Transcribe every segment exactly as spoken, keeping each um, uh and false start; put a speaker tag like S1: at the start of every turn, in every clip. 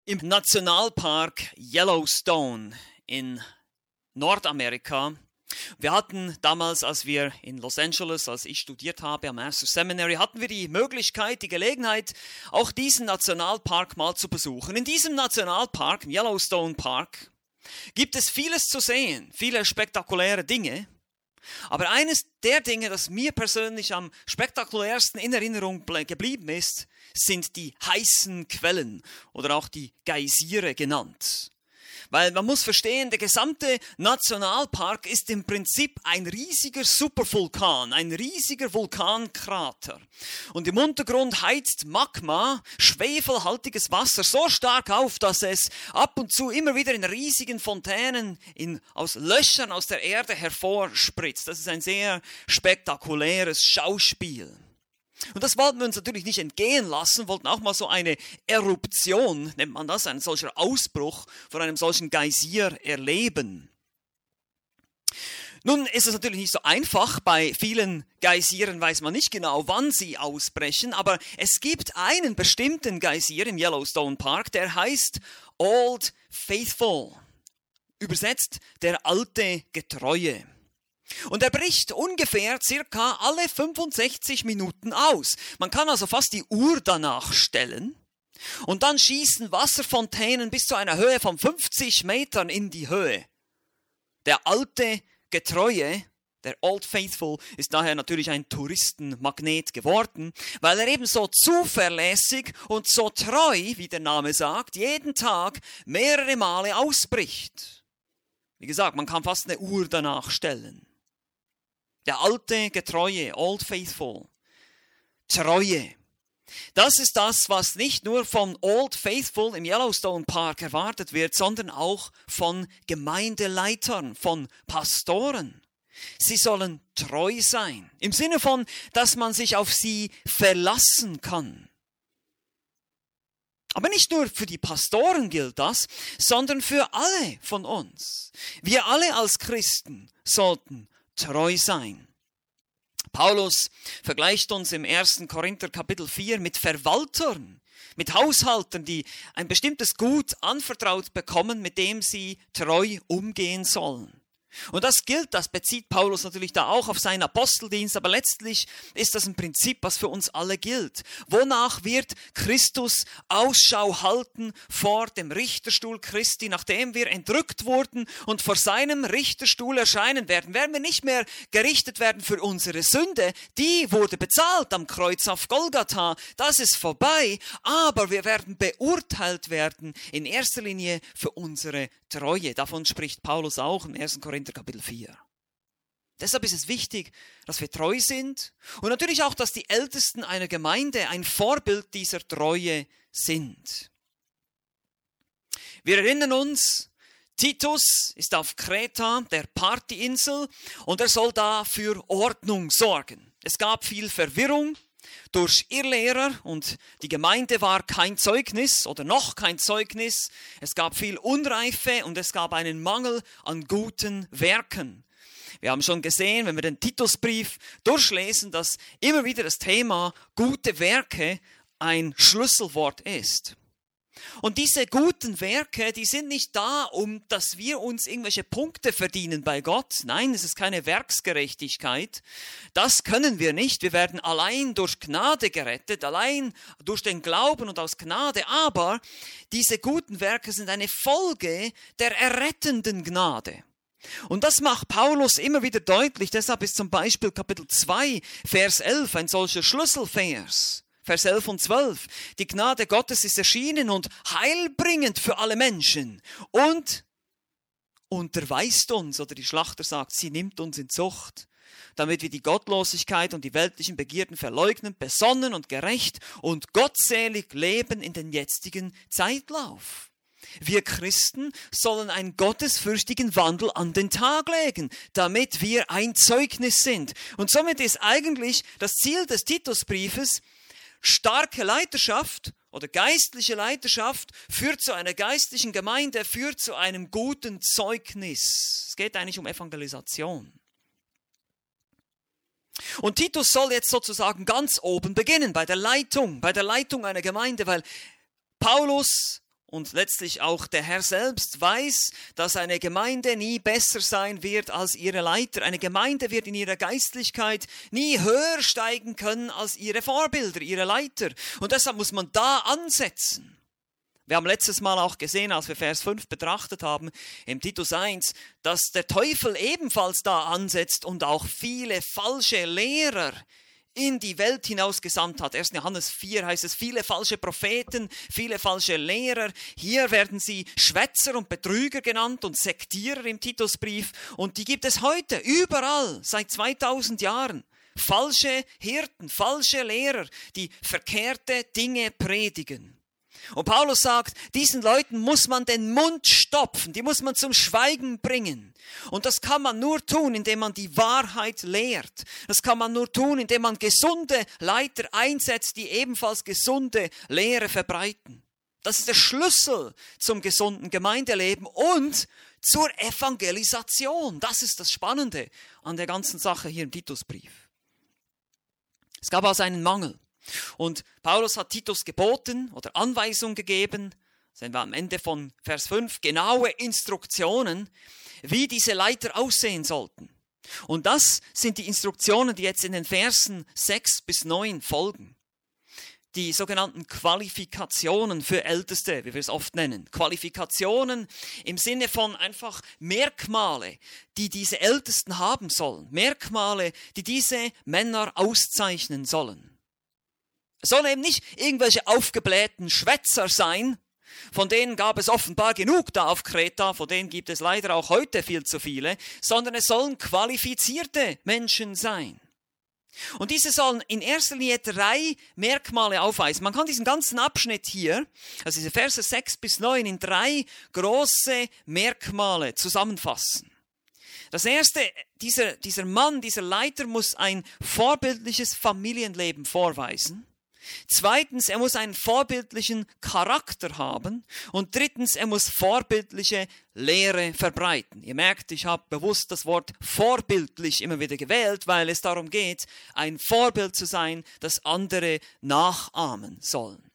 S1: Im Nationalpark Yellowstone in Nordamerika. Wir hatten damals, als wir in Los Angeles, als ich studiert habe am Master Seminary, hatten wir die Möglichkeit, die Gelegenheit, auch diesen Nationalpark mal zu besuchen. In diesem Nationalpark, im Yellowstone Park, gibt es vieles zu sehen, viele spektakuläre Dinge. Aber eines der Dinge, das mir persönlich am spektakulärsten in Erinnerung geblieben ist, sind die heißen Quellen oder auch die Geysire genannt. Weil man muss verstehen, der gesamte Nationalpark ist im Prinzip ein riesiger Supervulkan, ein riesiger Vulkankrater. Und im Untergrund heizt Magma, schwefelhaltiges Wasser, so stark auf, dass es ab und zu immer wieder in riesigen Fontänen in, aus Löchern aus der Erde hervorspritzt. Das ist ein sehr spektakuläres Schauspiel. Und das wollten wir uns natürlich nicht entgehen lassen, wollten auch mal so eine Eruption, nennt man das, ein solcher Ausbruch von einem solchen Geysir erleben. Nun ist es natürlich nicht so einfach, bei vielen Geysiren weiß man nicht genau, wann sie ausbrechen, aber es gibt einen bestimmten Geysir im Yellowstone Park, der heißt Old Faithful, übersetzt der alte Getreue. Und er bricht ungefähr circa alle fünfundsechzig Minuten aus. Man kann also fast die Uhr danach stellen. Und dann schießen Wasserfontänen bis zu einer Höhe von fünfzig Metern in die Höhe. Der alte Getreue, der Old Faithful, ist daher natürlich ein Touristenmagnet geworden, weil er eben so zuverlässig und so treu, wie der Name sagt, jeden Tag mehrere Male ausbricht. Wie gesagt, man kann fast eine Uhr danach stellen. Der alte Getreue, Old Faithful, Treue. Das ist das, was nicht nur von Old Faithful im Yellowstone Park erwartet wird, sondern auch von Gemeindeleitern, von Pastoren. Sie sollen treu sein, im Sinne von, dass man sich auf sie verlassen kann. Aber nicht nur für die Pastoren gilt das, sondern für alle von uns. Wir alle als Christen sollten treu sein. Paulus vergleicht uns im ersten Korinther Kapitel vier mit Verwaltern, mit Haushaltern, die ein bestimmtes Gut anvertraut bekommen, mit dem sie treu umgehen sollen. Und das gilt, das bezieht Paulus natürlich da auch auf seinen Aposteldienst, aber letztlich ist das ein Prinzip, was für uns alle gilt. Wonach wird Christus Ausschau halten vor dem Richterstuhl Christi, nachdem wir entrückt wurden und vor seinem Richterstuhl erscheinen werden? Werden wir nicht mehr gerichtet werden für unsere Sünde, die wurde bezahlt am Kreuz auf Golgatha, das ist vorbei, aber wir werden beurteilt werden in erster Linie für unsere Treue. Davon spricht Paulus auch im ersten Korinther Kapitel vier. Deshalb ist es wichtig, dass wir treu sind und natürlich auch, dass die Ältesten einer Gemeinde ein Vorbild dieser Treue sind. Wir erinnern uns, Titus ist auf Kreta, der Partyinsel, und er soll da für Ordnung sorgen. Es gab viel Verwirrung durch Irrlehrer und die Gemeinde war kein Zeugnis oder noch kein Zeugnis. Es gab viel Unreife und es gab einen Mangel an guten Werken. Wir haben schon gesehen, wenn wir den Titusbrief durchlesen, dass immer wieder das Thema gute Werke ein Schlüsselwort ist. Und diese guten Werke, die sind nicht da, um dass wir uns irgendwelche Punkte verdienen bei Gott. Nein, es ist keine Werksgerechtigkeit. Das können wir nicht. Wir werden allein durch Gnade gerettet, allein durch den Glauben und aus Gnade. Aber diese guten Werke sind eine Folge der errettenden Gnade. Und das macht Paulus immer wieder deutlich. Deshalb ist zum Beispiel Kapitel zwei, Vers elf ein solcher Schlüsselvers. Vers elf und zwölf. Die Gnade Gottes ist erschienen und heilbringend für alle Menschen und unterweist uns, oder die Schlachter sagt, sie nimmt uns in Zucht, damit wir die Gottlosigkeit und die weltlichen Begierden verleugnen, besonnen und gerecht und gottselig leben in den jetzigen Zeitlauf. Wir Christen sollen einen gottesfürchtigen Wandel an den Tag legen, damit wir ein Zeugnis sind. Und somit ist eigentlich das Ziel des Titusbriefes, starke Leiterschaft oder geistliche Leiterschaft führt zu einer geistlichen Gemeinde, führt zu einem guten Zeugnis. Es geht eigentlich um Evangelisation. Und Titus soll jetzt sozusagen ganz oben beginnen, bei der Leitung, bei der Leitung einer Gemeinde, weil Paulus und letztlich auch der Herr selbst weiß, dass eine Gemeinde nie besser sein wird als ihre Leiter. Eine Gemeinde wird in ihrer Geistlichkeit nie höher steigen können als ihre Vorbilder, ihre Leiter. Und deshalb muss man da ansetzen. Wir haben letztes Mal auch gesehen, als wir Vers fünf betrachtet haben, im Titus eins, dass der Teufel ebenfalls da ansetzt und auch viele falsche Lehrer in die Welt hinausgesandt hat. erster Johannes vier heißt es, viele falsche Propheten, viele falsche Lehrer. Hier werden sie Schwätzer und Betrüger genannt und Sektierer im Titusbrief. Und die gibt es heute überall, seit zweitausend Jahren. Falsche Hirten, falsche Lehrer, die verkehrte Dinge predigen. Und Paulus sagt, diesen Leuten muss man den Mund stopfen, die muss man zum Schweigen bringen. Und das kann man nur tun, indem man die Wahrheit lehrt. Das kann man nur tun, indem man gesunde Leiter einsetzt, die ebenfalls gesunde Lehre verbreiten. Das ist der Schlüssel zum gesunden Gemeindeleben und zur Evangelisation. Das ist das Spannende an der ganzen Sache hier im Titusbrief. Es gab also einen Mangel. Und Paulus hat Titus geboten oder Anweisung gegeben, sind wir am Ende von Vers fünf, genaue Instruktionen, wie diese Leiter aussehen sollten. Und das sind die Instruktionen, die jetzt in den Versen sechs bis neun folgen. Die sogenannten Qualifikationen für Älteste, wie wir es oft nennen. Qualifikationen im Sinne von einfach Merkmale, die diese Ältesten haben sollen. Merkmale, die diese Männer auszeichnen sollen. Es sollen eben nicht irgendwelche aufgeblähten Schwätzer sein, von denen gab es offenbar genug da auf Kreta, von denen gibt es leider auch heute viel zu viele, sondern es sollen qualifizierte Menschen sein. Und diese sollen in erster Linie drei Merkmale aufweisen. Man kann diesen ganzen Abschnitt hier, also diese Verse sechs bis neun, in drei große Merkmale zusammenfassen. Das erste, dieser, dieser Mann, dieser Leiter muss ein vorbildliches Familienleben vorweisen. Zweitens, er muss einen vorbildlichen Charakter haben. Und drittens, er muss vorbildliche Lehre verbreiten. Ihr merkt, ich habe bewusst das Wort vorbildlich immer wieder gewählt, weil es darum geht, ein Vorbild zu sein, das andere nachahmen sollen.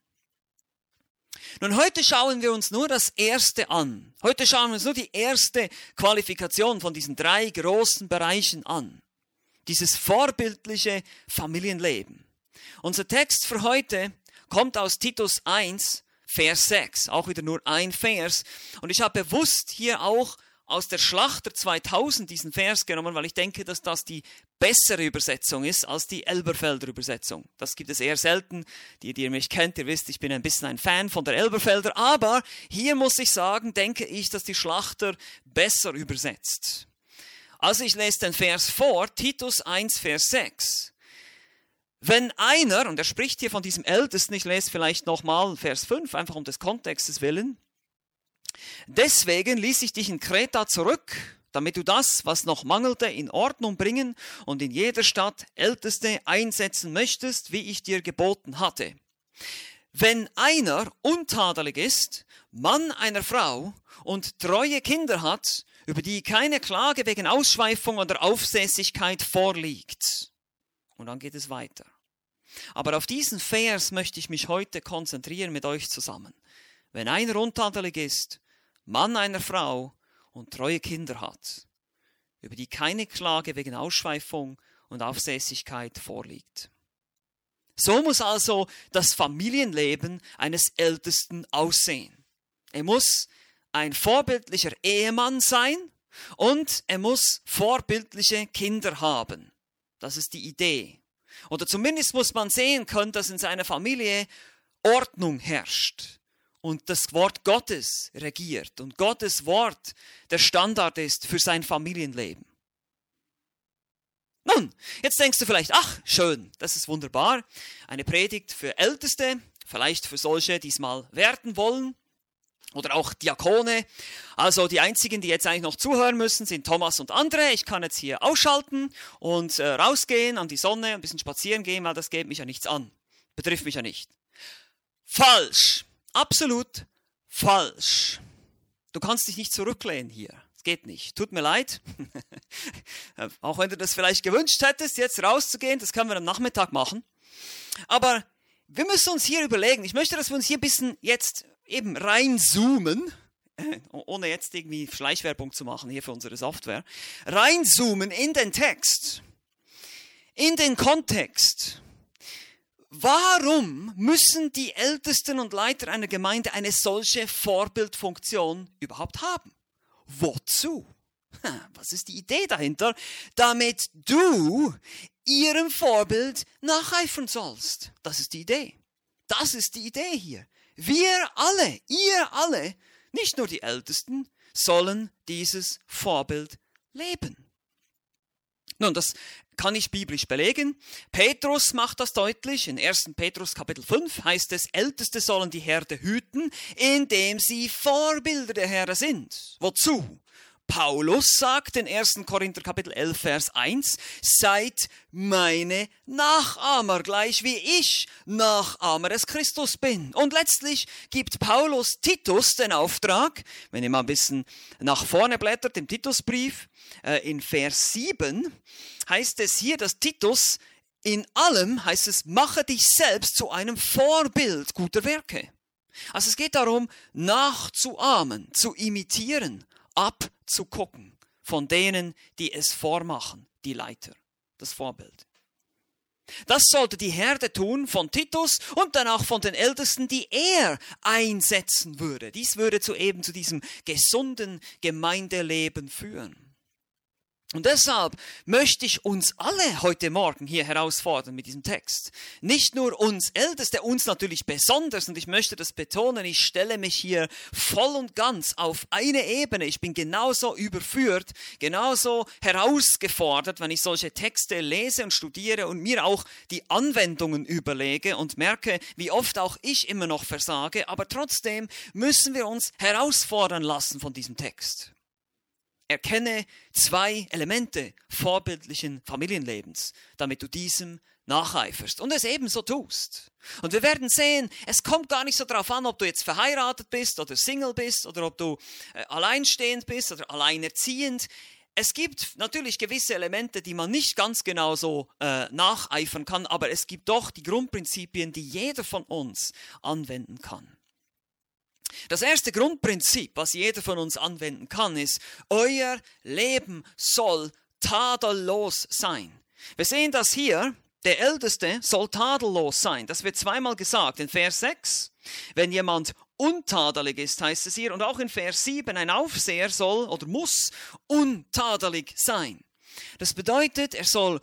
S1: Nun, heute schauen wir uns nur das Erste an. Heute schauen wir uns nur die erste Qualifikation von diesen drei großen Bereichen an. Dieses vorbildliche Familienleben. Unser Text für heute kommt aus Titus eins, Vers sechs, auch wieder nur ein Vers. Und ich habe bewusst hier auch aus der Schlachter zweitausend diesen Vers genommen, weil ich denke, dass das die bessere Übersetzung ist als die Elberfelder Übersetzung. Das gibt es eher selten. Die, die ihr mich kennt, ihr wisst, ich bin ein bisschen ein Fan von der Elberfelder. Aber hier muss ich sagen, denke ich, dass die Schlachter besser übersetzt. Also ich lese den Vers vor, Titus eins, Vers sechs. Wenn einer, und er spricht hier von diesem Ältesten, ich lese vielleicht nochmal Vers fünf, einfach um des Kontextes willen. Deswegen ließ ich dich in Kreta zurück, damit du das, was noch mangelte, in Ordnung bringen und in jeder Stadt Älteste einsetzen möchtest, wie ich dir geboten hatte. Wenn einer untadelig ist, Mann einer Frau und treue Kinder hat, über die keine Klage wegen Ausschweifung oder Aufsässigkeit vorliegt. Und dann geht es weiter. Aber auf diesen Vers möchte ich mich heute konzentrieren mit euch zusammen. Wenn einer untadelig ist, Mann einer Frau und treue Kinder hat, über die keine Klage wegen Ausschweifung und Aufsässigkeit vorliegt. So muss also das Familienleben eines Ältesten aussehen. Er muss ein vorbildlicher Ehemann sein und er muss vorbildliche Kinder haben. Das ist die Idee. Oder zumindest muss man sehen können, dass in seiner Familie Ordnung herrscht und das Wort Gottes regiert und Gottes Wort der Standard ist für sein Familienleben. Nun, jetzt denkst du vielleicht, ach, schön, das ist wunderbar. Eine Predigt für Älteste, vielleicht für solche, die es mal werden wollen. Oder auch Diakone. Also die einzigen, die jetzt eigentlich noch zuhören müssen, sind Thomas und andere. Ich kann jetzt hier ausschalten und äh, rausgehen an die Sonne, ein bisschen spazieren gehen, weil das geht mich ja nichts an. Betrifft mich ja nicht. Falsch. Absolut falsch. Du kannst dich nicht zurücklehnen hier. Es geht nicht. Tut mir leid. Auch wenn du das vielleicht gewünscht hättest, jetzt rauszugehen, das können wir am Nachmittag machen. Aber wir müssen uns hier überlegen, ich möchte, dass wir uns hier ein bisschen jetzt eben reinzoomen, äh, ohne jetzt irgendwie Schleichwerbung zu machen hier für unsere Software, reinzoomen in den Text, in den Kontext. Warum müssen die Ältesten und Leiter einer Gemeinde eine solche Vorbildfunktion überhaupt haben? Wozu? Was ist die Idee dahinter? Damit du ihrem Vorbild nacheifern sollst. Das ist die Idee. Das ist die Idee hier. Wir alle, ihr alle, nicht nur die Ältesten, sollen dieses Vorbild leben. Nun, das kann ich biblisch belegen. Petrus macht das deutlich. In ersten Petrus Kapitel fünf heißt es, Älteste sollen die Herde hüten, indem sie Vorbilder der Herde sind. Wozu? Paulus sagt in ersten Korinther Kapitel elf, Vers eins, seid meine Nachahmer, gleich wie ich Nachahmer des Christus bin. Und letztlich gibt Paulus Titus den Auftrag, wenn ihr mal ein bisschen nach vorne blättert im Titusbrief, äh, in Vers sieben, heißt es hier, dass Titus in allem, heißt es, mache dich selbst zu einem Vorbild guter Werke. Also es geht darum, nachzuahmen, zu imitieren, abzugucken von denen, die es vormachen, die Leiter, das Vorbild. Das sollte die Herde tun von Titus und dann auch von den Ältesten, die er einsetzen würde. Dies würde zu eben zu diesem gesunden Gemeindeleben führen. Und deshalb möchte ich uns alle heute Morgen hier herausfordern mit diesem Text. Nicht nur uns Älteste, uns natürlich besonders, und ich möchte das betonen, ich stelle mich hier voll und ganz auf eine Ebene. Ich bin genauso überführt, genauso herausgefordert, wenn ich solche Texte lese und studiere und mir auch die Anwendungen überlege und merke, wie oft auch ich immer noch versage, aber trotzdem müssen wir uns herausfordern lassen von diesem Text. Erkenne zwei Elemente vorbildlichen Familienlebens, damit du diesem nacheiferst und es ebenso tust. Und wir werden sehen, es kommt gar nicht so darauf an, ob du jetzt verheiratet bist oder Single bist oder ob du äh, alleinstehend bist oder alleinerziehend. Es gibt natürlich gewisse Elemente, die man nicht ganz genau so äh, nacheifern kann, aber es gibt doch die Grundprinzipien, die jeder von uns anwenden kann. Das erste Grundprinzip, was jeder von uns anwenden kann, ist, euer Leben soll tadellos sein. Wir sehen das hier, der Älteste soll tadellos sein. Das wird zweimal gesagt. In Vers sechs, wenn jemand untadelig ist, heißt es hier, und auch in Vers sieben, ein Aufseher soll oder muss untadelig sein. Das bedeutet, er soll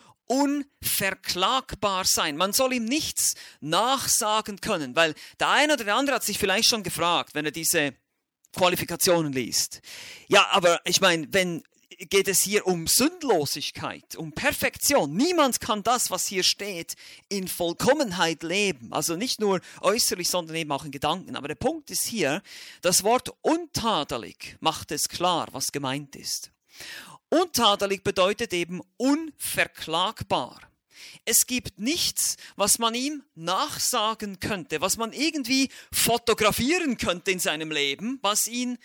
S1: unverklagbar sein. Man soll ihm nichts nachsagen können, weil der eine oder der andere hat sich vielleicht schon gefragt, wenn er diese Qualifikationen liest. Ja, aber ich meine, wenn geht es hier um Sündlosigkeit, um Perfektion. Niemand kann das, was hier steht, in Vollkommenheit leben. Also nicht nur äußerlich, sondern eben auch in Gedanken. Aber der Punkt ist hier, das Wort untadelig macht es klar, was gemeint ist. Untadelig bedeutet eben unverklagbar. Es gibt nichts, was man ihm nachsagen könnte, was man irgendwie fotografieren könnte in seinem Leben, was ihn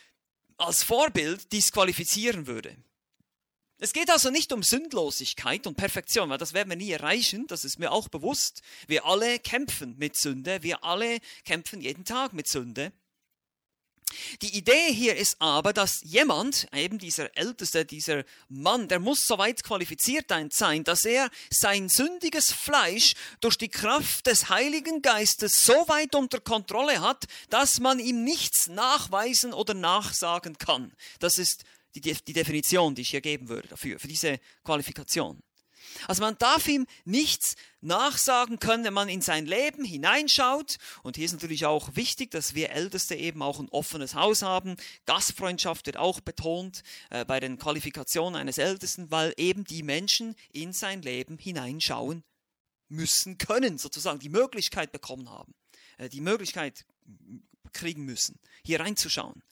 S1: als Vorbild disqualifizieren würde. Es geht also nicht um Sündlosigkeit und Perfektion, weil das werden wir nie erreichen, das ist mir auch bewusst. Wir alle kämpfen mit Sünde, wir alle kämpfen jeden Tag mit Sünde. Die Idee hier ist aber, dass jemand, eben dieser Älteste, dieser Mann, der muss so weit qualifiziert sein, dass er sein sündiges Fleisch durch die Kraft des Heiligen Geistes so weit unter Kontrolle hat, dass man ihm nichts nachweisen oder nachsagen kann. Das ist die, die Definition, die ich hier geben würde dafür, für diese Qualifikation. Also man darf ihm nichts nachsagen können, wenn man in sein Leben hineinschaut. Und hier ist natürlich auch wichtig, dass wir Älteste eben auch ein offenes Haus haben. Gastfreundschaft wird auch betont äh, bei den Qualifikationen eines Ältesten, weil eben die Menschen in sein Leben hineinschauen müssen können, sozusagen die Möglichkeit bekommen haben, äh, die Möglichkeit kriegen müssen, hier reinzuschauen.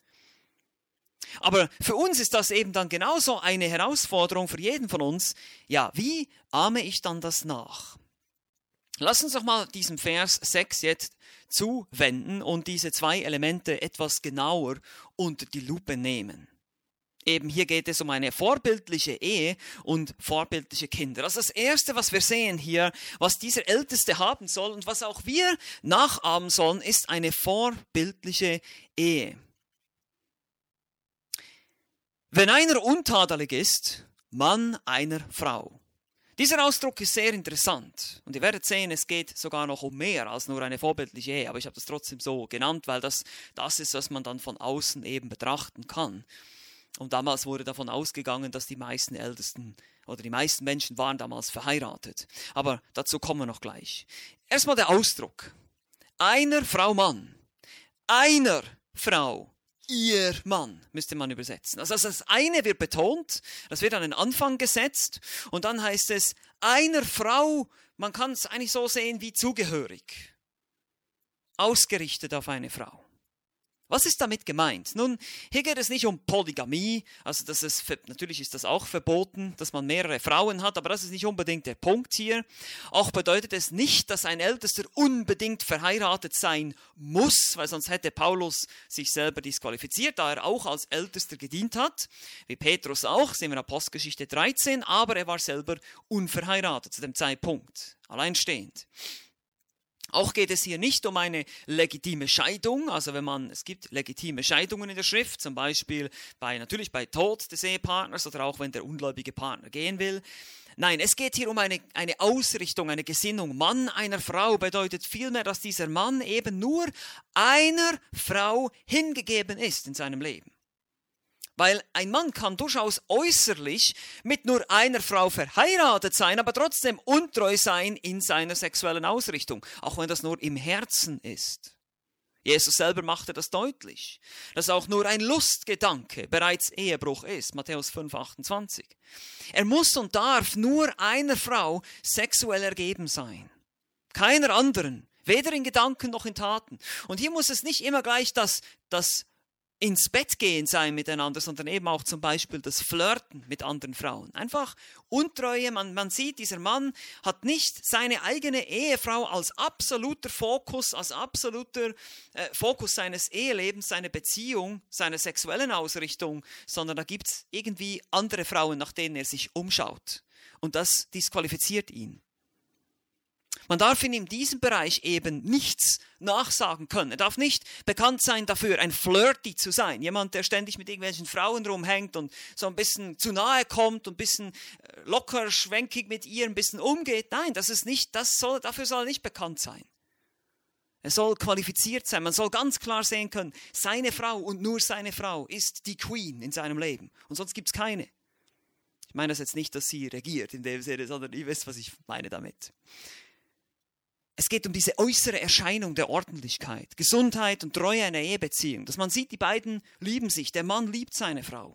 S1: Aber für uns ist das eben dann genauso eine Herausforderung für jeden von uns. Ja, wie ahme ich dann das nach? Lass uns doch mal diesem Vers sechs jetzt zuwenden und diese zwei Elemente etwas genauer unter die Lupe nehmen. Eben hier geht es um eine vorbildliche Ehe und vorbildliche Kinder. Also das Erste, was wir sehen hier, was dieser Älteste haben soll und was auch wir nachahmen sollen, ist eine vorbildliche Ehe. Wenn einer untadelig ist, Mann einer Frau. Dieser Ausdruck ist sehr interessant und ihr werdet sehen, es geht sogar noch um mehr als nur eine vorbildliche Ehe, aber ich habe das trotzdem so genannt, weil das das ist, was man dann von außen eben betrachten kann. Und damals wurde davon ausgegangen, dass die meisten Ältesten oder die meisten Menschen waren damals verheiratet. Aber dazu kommen wir noch gleich. Erstmal der Ausdruck. Einer Frau Mann. Einer Frau ihr Mann, müsste man übersetzen. Also das eine wird betont, das wird an den Anfang gesetzt und dann heißt es einer Frau, man kann es eigentlich so sehen wie zugehörig. Ausgerichtet auf eine Frau. Was ist damit gemeint? Nun, hier geht es nicht um Polygamie, also das ist, natürlich ist das auch verboten, dass man mehrere Frauen hat, aber das ist nicht unbedingt der Punkt hier. Auch bedeutet es nicht, dass ein Ältester unbedingt verheiratet sein muss, weil sonst hätte Paulus sich selber disqualifiziert, da er auch als Ältester gedient hat, wie Petrus auch, sehen wir in Apostelgeschichte dreizehn, aber er war selber unverheiratet zu dem Zeitpunkt, alleinstehend. Auch geht es hier nicht um eine legitime Scheidung, also wenn man, es gibt legitime Scheidungen in der Schrift, zum Beispiel bei, natürlich bei Tod des Ehepartners oder auch wenn der ungläubige Partner gehen will. Nein, es geht hier um eine, eine Ausrichtung, eine Gesinnung. Mann einer Frau bedeutet vielmehr, dass dieser Mann eben nur einer Frau hingegeben ist in seinem Leben. Weil ein Mann kann durchaus äußerlich mit nur einer Frau verheiratet sein, aber trotzdem untreu sein in seiner sexuellen Ausrichtung, auch wenn das nur im Herzen ist. Jesus selber machte das deutlich, dass auch nur ein Lustgedanke bereits Ehebruch ist, Matthäus fünf, achtundzwanzig. Er muss und darf nur einer Frau sexuell ergeben sein, keiner anderen, weder in Gedanken noch in Taten. Und hier muss es nicht immer gleich das, das ins Bett gehen sein miteinander, sondern eben auch zum Beispiel das Flirten mit anderen Frauen. Einfach Untreue, man, man sieht, dieser Mann hat nicht seine eigene Ehefrau als absoluter Fokus, als absoluter äh, Fokus seines Ehelebens, seiner Beziehung, seiner sexuellen Ausrichtung, sondern da gibt es irgendwie andere Frauen, nach denen er sich umschaut. Und das disqualifiziert ihn. Man darf ihm in diesem Bereich eben nichts nachsagen können. Er darf nicht bekannt sein dafür, ein Flirty zu sein. Jemand, der ständig mit irgendwelchen Frauen rumhängt und so ein bisschen zu nahe kommt und ein bisschen locker, schwenkig mit ihr ein bisschen umgeht. Nein, das ist nicht, das soll, dafür soll er nicht bekannt sein. Er soll qualifiziert sein. Man soll ganz klar sehen können, seine Frau und nur seine Frau ist die Queen in seinem Leben. Und sonst gibt es keine. Ich meine das jetzt nicht, dass sie regiert in dem Sinne, sondern ihr wisst, was ich meine damit. Es geht um diese äußere Erscheinung der Ordentlichkeit, Gesundheit und Treue einer Ehebeziehung. Dass man sieht, die beiden lieben sich, der Mann liebt seine Frau.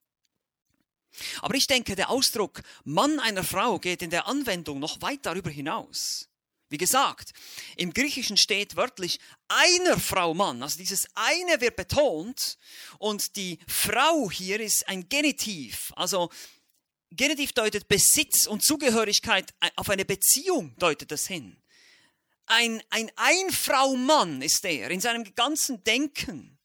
S1: Aber ich denke, der Ausdruck Mann einer Frau geht in der Anwendung noch weit darüber hinaus. Wie gesagt, im Griechischen steht wörtlich einer Frau Mann, also dieses eine wird betont und die Frau hier ist ein Genitiv, also Genitiv deutet Besitz und Zugehörigkeit auf eine Beziehung, deutet das hin. Ein, ein Einfrau-Mann ist er, in seinem ganzen Denken.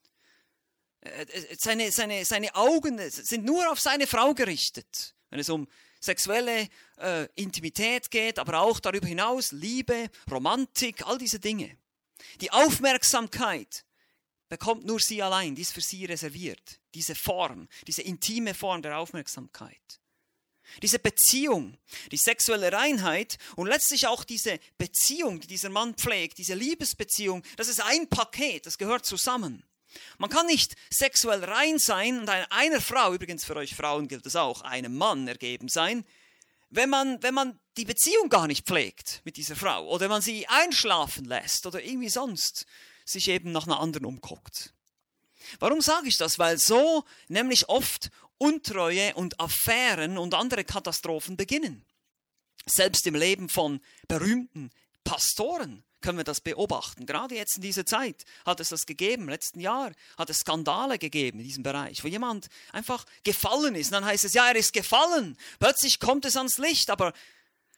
S1: Seine, seine, seine Augen sind nur auf seine Frau gerichtet, wenn es um sexuelle äh, Intimität geht, aber auch darüber hinaus Liebe, Romantik, all diese Dinge. Die Aufmerksamkeit bekommt nur sie allein, die ist für sie reserviert. Diese Form, diese intime Form der Aufmerksamkeit. Diese Beziehung, die sexuelle Reinheit und letztlich auch diese Beziehung, die dieser Mann pflegt, diese Liebesbeziehung, das ist ein Paket, das gehört zusammen. Man kann nicht sexuell rein sein und einer Frau, übrigens für euch Frauen gilt es auch, einem Mann ergeben sein, wenn man, wenn man die Beziehung gar nicht pflegt mit dieser Frau oder wenn man sie einschlafen lässt oder irgendwie sonst sich eben nach einer anderen umguckt. Warum sage ich das? Weil so nämlich oft Untreue und Affären und andere Katastrophen beginnen. Selbst im Leben von berühmten Pastoren können wir das beobachten. Gerade jetzt in dieser Zeit hat es das gegeben. Im letzten Jahr hat es Skandale gegeben in diesem Bereich, wo jemand einfach gefallen ist. Und dann heißt es, ja, er ist gefallen. Plötzlich kommt es ans Licht, aber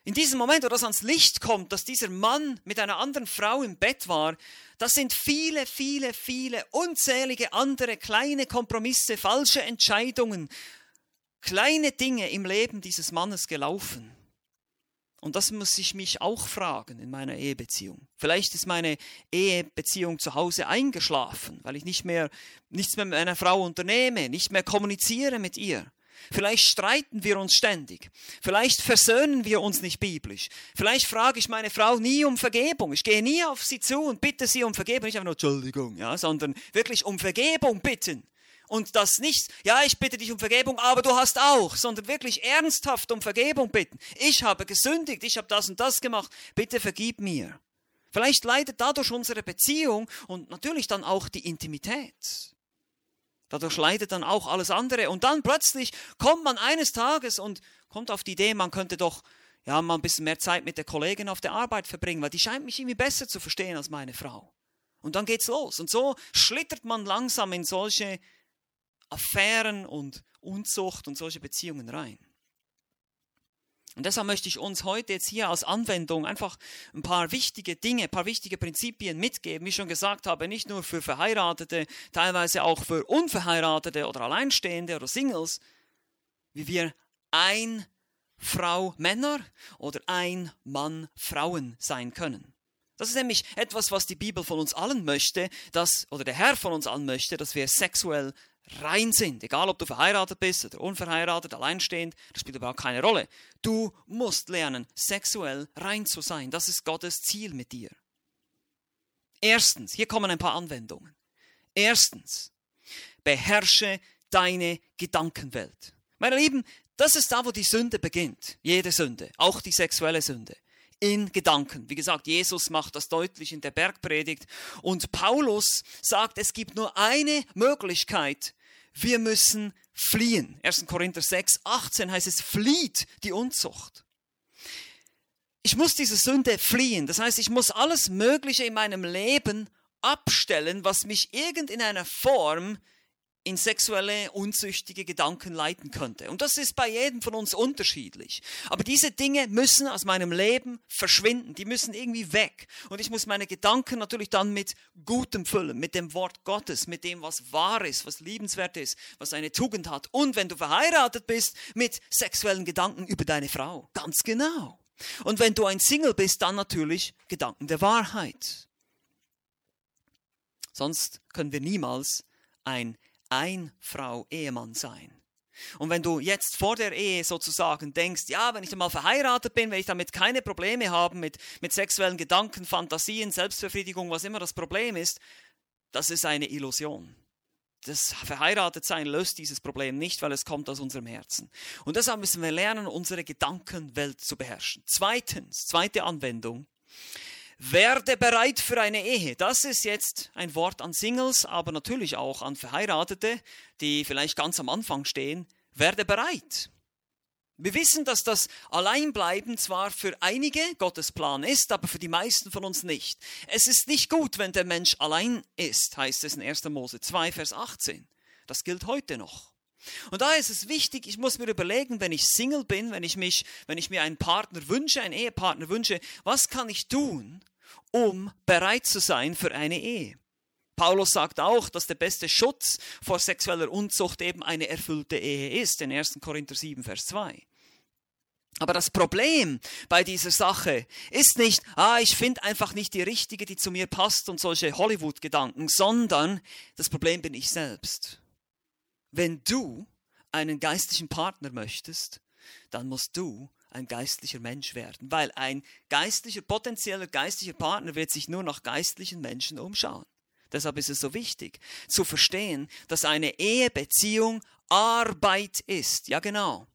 S1: In diesem Moment, wo das ans Licht kommt, dass dieser Mann mit einer anderen Frau im Bett war, das sind viele, viele, viele unzählige andere kleine Kompromisse, falsche Entscheidungen, kleine Dinge im Leben dieses Mannes gelaufen. Und das muss ich mich auch fragen in meiner Ehebeziehung. Vielleicht ist meine Ehebeziehung zu Hause eingeschlafen, weil ich nicht mehr, nichts mehr mit meiner Frau unternehme, nicht mehr kommuniziere mit ihr. Vielleicht streiten wir uns ständig. Vielleicht versöhnen wir uns nicht biblisch. Vielleicht frage ich meine Frau nie um Vergebung. Ich gehe nie auf sie zu und bitte sie um Vergebung. Nicht einfach nur Entschuldigung, ja, sondern wirklich um Vergebung bitten. Und das nicht, ja, ich bitte dich um Vergebung, aber du hast auch, sondern wirklich ernsthaft um Vergebung bitten. Ich habe gesündigt, ich habe das und das gemacht, bitte vergib mir. Vielleicht leidet dadurch unsere Beziehung und natürlich dann auch die Intimität. Dadurch leidet dann auch alles andere. Und dann plötzlich kommt man eines Tages und kommt auf die Idee, man könnte doch ja, mal ein bisschen mehr Zeit mit der Kollegin auf der Arbeit verbringen, weil die scheint mich irgendwie besser zu verstehen als meine Frau. Und dann geht's los. Und so schlittert man langsam in solche Affären und Unzucht und solche Beziehungen rein. Und deshalb möchte ich uns heute jetzt hier als Anwendung einfach ein paar wichtige Dinge, ein paar wichtige Prinzipien mitgeben. Wie ich schon gesagt habe, nicht nur für Verheiratete, teilweise auch für Unverheiratete oder Alleinstehende oder Singles, wie wir ein Frau Männer oder ein Mann Frauen sein können. Das ist nämlich etwas, was die Bibel von uns allen möchte, dass, oder der Herr von uns allen möchte, dass wir sexuell rein sind. Egal, ob du verheiratet bist oder unverheiratet, alleinstehend, das spielt überhaupt keine Rolle. Du musst lernen, sexuell rein zu sein. Das ist Gottes Ziel mit dir. Erstens, hier kommen ein paar Anwendungen. Erstens, beherrsche deine Gedankenwelt. Meine Lieben, das ist da, wo die Sünde beginnt. Jede Sünde, auch die sexuelle Sünde. In Gedanken. Wie gesagt, Jesus macht das deutlich in der Bergpredigt. Und Paulus sagt, es gibt nur eine Möglichkeit. Wir müssen fliehen. erster Korinther sechs, achtzehn heißt es, flieht die Unzucht. Ich muss diese Sünde fliehen. Das heißt, ich muss alles Mögliche in meinem Leben abstellen, was mich irgend in einer Form in sexuelle, unzüchtige Gedanken leiten könnte. Und das ist bei jedem von uns unterschiedlich. Aber diese Dinge müssen aus meinem Leben verschwinden. Die müssen irgendwie weg. Und ich muss meine Gedanken natürlich dann mit Gutem füllen, mit dem Wort Gottes, mit dem, was wahr ist, was liebenswert ist, was eine Tugend hat. Und wenn du verheiratet bist, mit sexuellen Gedanken über deine Frau. Ganz genau. Und wenn du ein Single bist, dann natürlich Gedanken der Wahrheit. Sonst können wir niemals ein Ein-Frau-Ehemann sein. Und wenn du jetzt vor der Ehe sozusagen denkst, ja, wenn ich dann mal verheiratet bin, werde ich damit keine Probleme haben mit, mit sexuellen Gedanken, Fantasien, Selbstbefriedigung, was immer das Problem ist, das ist eine Illusion. Das Verheiratetsein löst dieses Problem nicht, weil es kommt aus unserem Herzen. Und deshalb müssen wir lernen, unsere Gedankenwelt zu beherrschen. Zweitens, zweite Anwendung. Werde bereit für eine Ehe. Das ist jetzt ein Wort an Singles, aber natürlich auch an Verheiratete, die vielleicht ganz am Anfang stehen. Werde bereit. Wir wissen, dass das Alleinbleiben zwar für einige Gottes Plan ist, aber für die meisten von uns nicht. Es ist nicht gut, wenn der Mensch allein ist, heißt es in erster Mose zwei, Vers achtzehn. Das gilt heute noch. Und da ist es wichtig, ich muss mir überlegen, wenn ich Single bin, wenn ich mich, wenn ich mir einen Partner wünsche, einen Ehepartner wünsche, was kann ich tun, um bereit zu sein für eine Ehe? Paulus sagt auch, dass der beste Schutz vor sexueller Unzucht eben eine erfüllte Ehe ist, in erster Korinther sieben, Vers zwei. Aber das Problem bei dieser Sache ist nicht, ah, ich finde einfach nicht die Richtige, die zu mir passt und solche Hollywood-Gedanken, sondern das Problem bin ich selbst. Wenn du einen geistlichen Partner möchtest, dann musst du ein geistlicher Mensch werden, weil ein geistlicher, potenzieller geistlicher Partner wird sich nur nach geistlichen Menschen umschauen. Deshalb ist es so wichtig, zu verstehen, dass eine Ehebeziehung Arbeit ist. Ja, genau.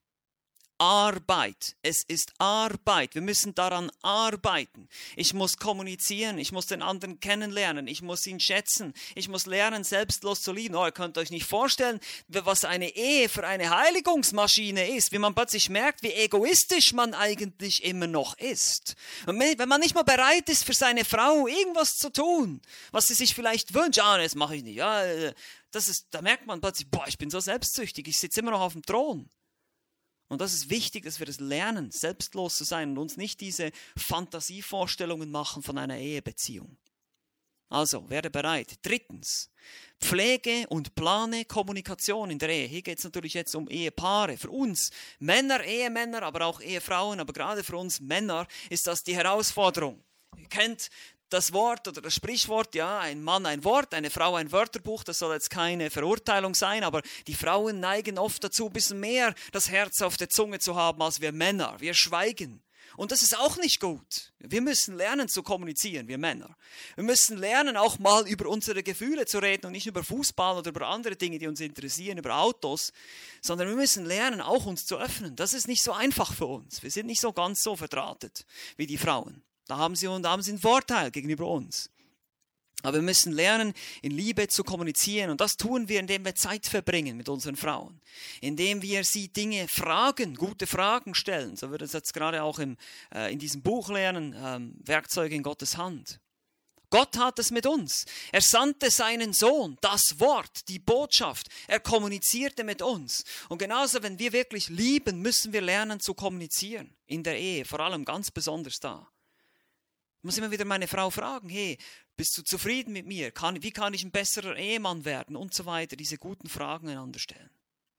S1: Arbeit. Es ist Arbeit. Wir müssen daran arbeiten. Ich muss kommunizieren. Ich muss den anderen kennenlernen. Ich muss ihn schätzen. Ich muss lernen, selbstlos zu lieben. Oh, ihr könnt euch nicht vorstellen, was eine Ehe für eine Heiligungsmaschine ist. Wie man plötzlich merkt, wie egoistisch man eigentlich immer noch ist. Und wenn man nicht mal bereit ist, für seine Frau irgendwas zu tun, was sie sich vielleicht wünscht. Ah, das mache ich nicht. Ja, das ist, da merkt man plötzlich, boah, ich bin so selbstsüchtig. Ich sitze immer noch auf dem Thron. Und das ist wichtig, dass wir das lernen, selbstlos zu sein und uns nicht diese Fantasievorstellungen machen von einer Ehebeziehung. Also, werde bereit. Drittens, pflege und plane Kommunikation in der Ehe. Hier geht es natürlich jetzt um Ehepaare. Für uns Männer, Ehemänner, aber auch Ehefrauen, aber gerade für uns Männer ist das die Herausforderung. Ihr kennt das Wort oder das Sprichwort, ja, ein Mann ein Wort, eine Frau ein Wörterbuch, das soll jetzt keine Verurteilung sein, aber die Frauen neigen oft dazu, ein bisschen mehr das Herz auf der Zunge zu haben als wir Männer. Wir schweigen. Und das ist auch nicht gut. Wir müssen lernen zu kommunizieren, wir Männer. Wir müssen lernen, auch mal über unsere Gefühle zu reden und nicht über Fußball oder über andere Dinge, die uns interessieren, über Autos, sondern wir müssen lernen, auch uns zu öffnen. Das ist nicht so einfach für uns. Wir sind nicht so ganz so verdrahtet wie die Frauen. Da haben sie, da haben sie einen Vorteil gegenüber uns. Aber wir müssen lernen, in Liebe zu kommunizieren. Und das tun wir, indem wir Zeit verbringen mit unseren Frauen. Indem wir sie Dinge fragen, gute Fragen stellen. So wird es jetzt gerade auch im, äh, in diesem Buch lernen, ähm, Werkzeuge in Gottes Hand. Gott hat es mit uns. Er sandte seinen Sohn, das Wort, die Botschaft. Er kommunizierte mit uns. Und genauso, wenn wir wirklich lieben, müssen wir lernen zu kommunizieren. In der Ehe, vor allem ganz besonders da. Ich muss immer wieder meine Frau fragen, hey, bist du zufrieden mit mir? Kann, wie kann ich ein besserer Ehemann werden? Und so weiter. Diese guten Fragen einander stellen.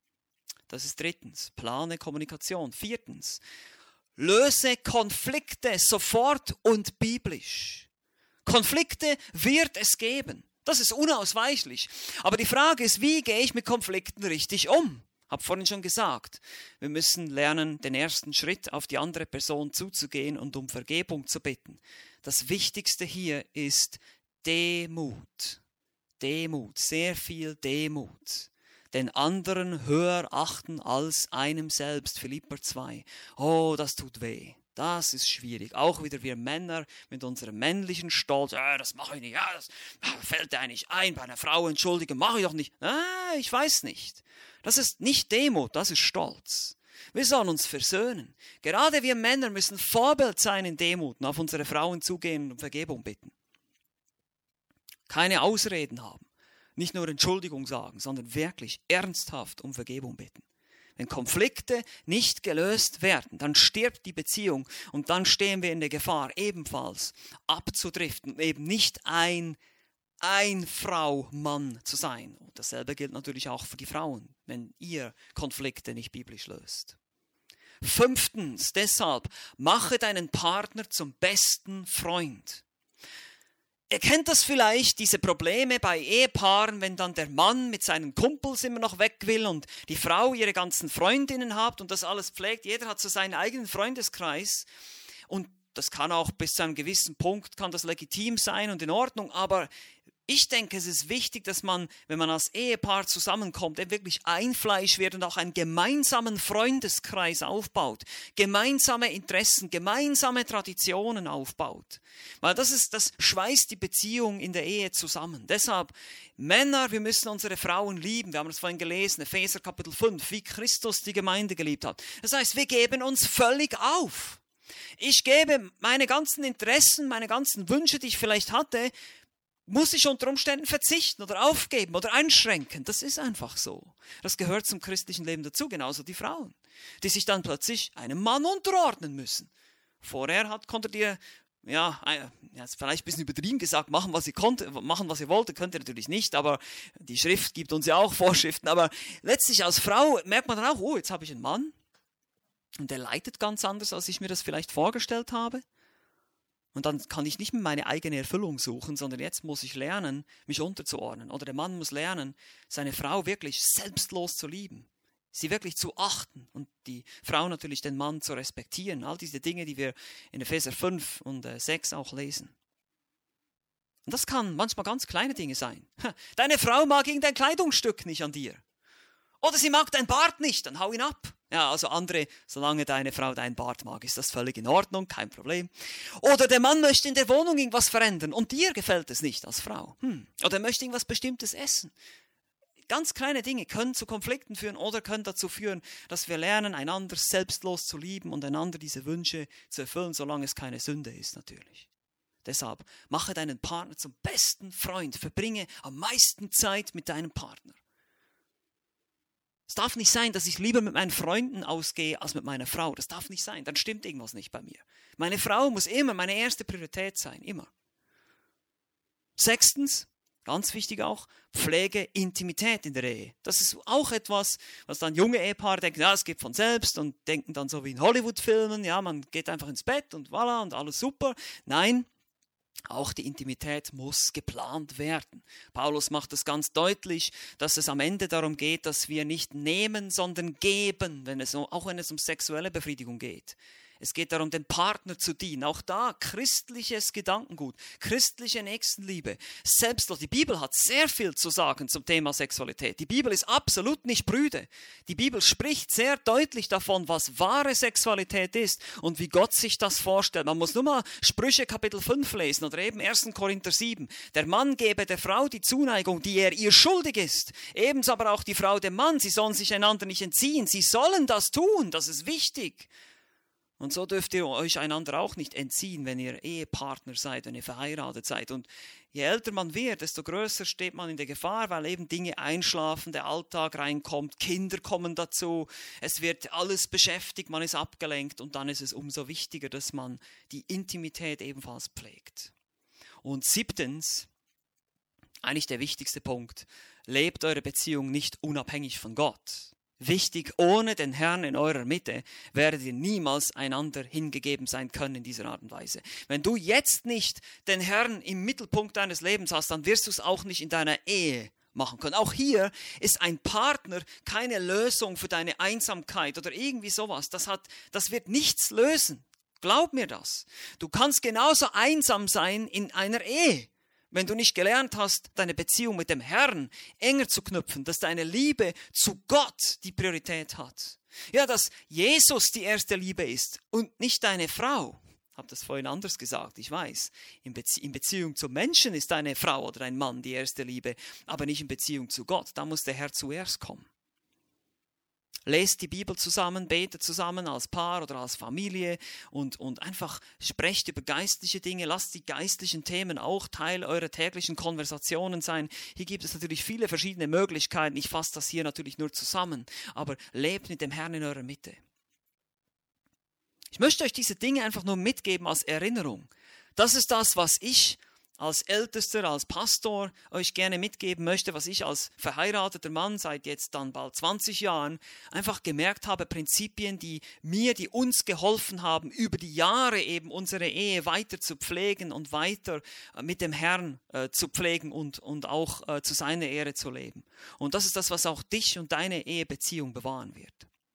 S1: Das ist drittens. Plane Kommunikation. Viertens. Löse Konflikte sofort und biblisch. Konflikte wird es geben. Das ist unausweichlich. Aber die Frage ist, wie gehe ich mit Konflikten richtig um? Hab vorhin schon gesagt, wir müssen lernen, den ersten Schritt auf die andere Person zuzugehen und um Vergebung zu bitten. Das Wichtigste hier ist Demut. Demut, sehr viel Demut. Den anderen höher achten als einem selbst. Philipper zwei. Oh, das tut weh. Das ist schwierig. Auch wieder wir Männer mit unserem männlichen Stolz. Ja, das mache ich nicht. Ja, das fällt dir eigentlich ein. Bei einer Frau entschuldigen, mache ich doch nicht. Ah, ich weiß nicht. Das ist nicht Demut, das ist Stolz. Wir sollen uns versöhnen. Gerade wir Männer müssen Vorbild sein in Demut und auf unsere Frauen zugehen und um Vergebung bitten. Keine Ausreden haben. Nicht nur Entschuldigung sagen, sondern wirklich ernsthaft um Vergebung bitten. Wenn Konflikte nicht gelöst werden, dann stirbt die Beziehung und dann stehen wir in der Gefahr, ebenfalls abzudriften, eben nicht ein, ein Frau-Mann zu sein. Und dasselbe gilt natürlich auch für die Frauen, wenn ihr Konflikte nicht biblisch löst. Fünftens, deshalb, mache deinen Partner zum besten Freund. Ihr kennt das vielleicht, diese Probleme bei Ehepaaren, wenn dann der Mann mit seinen Kumpels immer noch weg will und die Frau ihre ganzen Freundinnen hat und das alles pflegt. Jeder hat so seinen eigenen Freundeskreis und das kann auch bis zu einem gewissen Punkt, kann das legitim sein und in Ordnung, aber ich denke, es ist wichtig, dass man, wenn man als Ehepaar zusammenkommt, wirklich ein Fleisch wird und auch einen gemeinsamen Freundeskreis aufbaut, gemeinsame Interessen, gemeinsame Traditionen aufbaut. Weil das ist, das schweißt die Beziehung in der Ehe zusammen. Deshalb, Männer, wir müssen unsere Frauen lieben. Wir haben das vorhin gelesen, Epheser Kapitel fünf, wie Christus die Gemeinde geliebt hat. Das heißt, wir geben uns völlig auf. Ich gebe meine ganzen Interessen, meine ganzen Wünsche, die ich vielleicht hatte, muss ich unter Umständen verzichten oder aufgeben oder einschränken. Das ist einfach so. Das gehört zum christlichen Leben dazu, genauso die Frauen, die sich dann plötzlich einem Mann unterordnen müssen. Vorher hat, konntet ihr, ja, ja, vielleicht ein bisschen übertrieben gesagt, machen, was ihr konnte, machen, was ihr wollt, könnt ihr natürlich nicht, aber die Schrift gibt uns ja auch Vorschriften. Aber letztlich als Frau merkt man dann auch, oh, jetzt habe ich einen Mann und der leitet ganz anders, als ich mir das vielleicht vorgestellt habe. Und dann kann ich nicht mehr meine eigene Erfüllung suchen, sondern jetzt muss ich lernen, mich unterzuordnen. Oder der Mann muss lernen, seine Frau wirklich selbstlos zu lieben, sie wirklich zu achten und die Frau natürlich den Mann zu respektieren. All diese Dinge, die wir in Epheser fünf und sechs auch lesen. Und das kann manchmal ganz kleine Dinge sein. Deine Frau mag irgendein Kleidungsstück nicht an dir. Oder sie mag dein Bart nicht, dann hau ihn ab. Ja, also andere, solange deine Frau deinen Bart mag, ist das völlig in Ordnung, kein Problem. Oder der Mann möchte in der Wohnung irgendwas verändern und dir gefällt es nicht als Frau. Hm. Oder er möchte irgendwas Bestimmtes essen. Ganz kleine Dinge können zu Konflikten führen oder können dazu führen, dass wir lernen, einander selbstlos zu lieben und einander diese Wünsche zu erfüllen, solange es keine Sünde ist natürlich. Deshalb, mache deinen Partner zum besten Freund, verbringe am meisten Zeit mit deinem Partner. Es darf nicht sein, dass ich lieber mit meinen Freunden ausgehe als mit meiner Frau. Das darf nicht sein. Dann stimmt irgendwas nicht bei mir. Meine Frau muss immer meine erste Priorität sein. Immer. Sechstens, ganz wichtig auch, Pflege, Intimität in der Ehe. Das ist auch etwas, was dann junge Ehepaare denken, ja, es geht von selbst und denken dann so wie in Hollywood-Filmen, ja, man geht einfach ins Bett und voilà und alles super. Nein, auch die Intimität muss geplant werden. Paulus macht es ganz deutlich, dass es am Ende darum geht, dass wir nicht nehmen, sondern geben, wenn es, auch wenn es um sexuelle Befriedigung geht. Es geht darum, den Partner zu dienen. Auch da christliches Gedankengut, christliche Nächstenliebe, Selbstlos. Die Bibel hat sehr viel zu sagen zum Thema Sexualität. Die Bibel ist absolut nicht prüde. Die Bibel spricht sehr deutlich davon, was wahre Sexualität ist und wie Gott sich das vorstellt. Man muss nur mal Sprüche Kapitel fünf lesen oder eben ersten Korinther sieben. Der Mann gebe der Frau die Zuneigung, die er ihr schuldig ist. Ebenso aber auch die Frau dem Mann. Sie sollen sich einander nicht entziehen. Sie sollen das tun. Das ist wichtig. Und so dürft ihr euch einander auch nicht entziehen, wenn ihr Ehepartner seid, wenn ihr verheiratet seid. Und je älter man wird, desto größer steht man in der Gefahr, weil eben Dinge einschlafen, der Alltag reinkommt, Kinder kommen dazu, es wird alles beschäftigt, man ist abgelenkt und dann ist es umso wichtiger, dass man die Intimität ebenfalls pflegt. Und siebtens, eigentlich der wichtigste Punkt, lebt eure Beziehung nicht unabhängig von Gott. Wichtig, ohne den Herrn in eurer Mitte werdet ihr niemals einander hingegeben sein können in dieser Art und Weise. Wenn du jetzt nicht den Herrn im Mittelpunkt deines Lebens hast, dann wirst du es auch nicht in deiner Ehe machen können. Auch hier ist ein Partner keine Lösung für deine Einsamkeit oder irgendwie sowas. Das hat, das wird nichts lösen. Glaub mir das. Du kannst genauso einsam sein in einer Ehe. Wenn du nicht gelernt hast, deine Beziehung mit dem Herrn enger zu knüpfen, dass deine Liebe zu Gott die Priorität hat. Ja, dass Jesus die erste Liebe ist und nicht deine Frau. Ich habe das vorhin anders gesagt, ich weiß. In, Bezie- in Beziehung zu Menschen ist eine Frau oder ein Mann die erste Liebe, aber nicht in Beziehung zu Gott. Da muss der Herr zuerst kommen. Lest die Bibel zusammen, betet zusammen als Paar oder als Familie und, und einfach sprecht über geistliche Dinge. Lasst die geistlichen Themen auch Teil eurer täglichen Konversationen sein. Hier gibt es natürlich viele verschiedene Möglichkeiten. Ich fasse das hier natürlich nur zusammen. Aber lebt mit dem Herrn in eurer Mitte. Ich möchte euch diese Dinge einfach nur mitgeben als Erinnerung. Das ist das, was ich als Ältester, als Pastor euch gerne mitgeben möchte, was ich als verheirateter Mann seit jetzt dann bald zwanzig Jahren einfach gemerkt habe, Prinzipien, die mir, die uns geholfen haben, über die Jahre eben unsere Ehe weiter zu pflegen und weiter mit dem Herrn äh, zu pflegen und, und auch äh, zu seiner Ehre zu leben. Und das ist das, was auch dich und deine Ehebeziehung bewahren wird.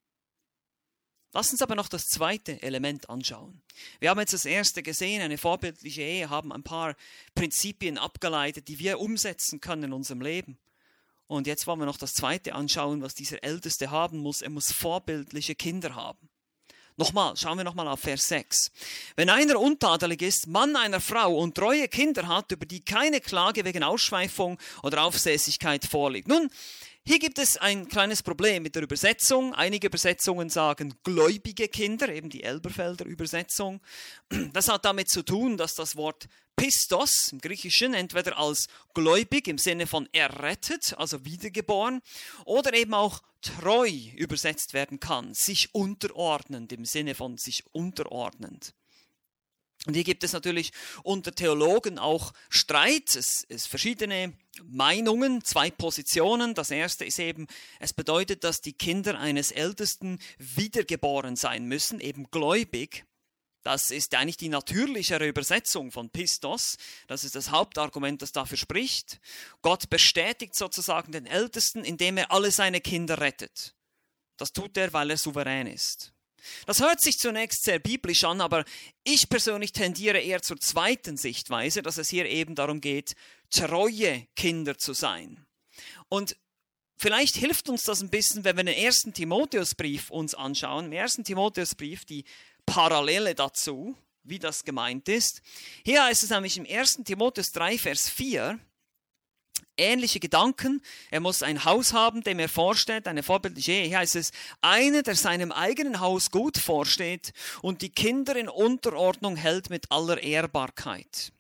S1: Lass uns aber noch das zweite Element anschauen. Wir haben jetzt das erste gesehen, eine vorbildliche Ehe, haben ein paar Prinzipien abgeleitet, die wir umsetzen können in unserem Leben. Und jetzt wollen wir noch das zweite anschauen, was dieser Älteste haben muss. Er muss vorbildliche Kinder haben. Nochmal, schauen wir nochmal auf Vers sechs. Wenn einer untadelig ist, Mann einer Frau und treue Kinder hat, über die keine Klage wegen Ausschweifung oder Aufsässigkeit vorliegt. Nun, hier gibt es ein kleines Problem mit der Übersetzung. Einige Übersetzungen sagen gläubige Kinder, eben die Elberfelder Übersetzung. Das hat damit zu tun, dass das Wort Pistos im Griechischen entweder als gläubig im Sinne von errettet, also wiedergeboren, oder eben auch treu übersetzt werden kann, sich unterordnend im Sinne von sich unterordnend. Und hier gibt es natürlich unter Theologen auch Streit, es, es verschiedene Meinungen, zwei Positionen. Das erste ist eben, es bedeutet, dass die Kinder eines Ältesten wiedergeboren sein müssen, eben gläubig. Das ist eigentlich die natürlichere Übersetzung von Pistos. Das ist das Hauptargument, das dafür spricht. Gott bestätigt sozusagen den Ältesten, indem er alle seine Kinder rettet. Das tut er, weil er souverän ist. Das hört sich zunächst sehr biblisch an, aber ich persönlich tendiere eher zur zweiten Sichtweise, dass es hier eben darum geht, treue Kinder zu sein. Und vielleicht hilft uns das ein bisschen, wenn wir den ersten Timotheusbrief uns anschauen. Im ersten Timotheusbrief die Parallele dazu, wie das gemeint ist. Hier heißt es nämlich im ersten Timotheus drei, Vers vier, ähnliche Gedanken. Er muss ein Haus haben, dem er vorsteht, eine vorbildliche Ehe. Hier heißt es, einer, der seinem eigenen Haus gut vorsteht und die Kinder in Unterordnung hält mit aller Ehrbarkeit.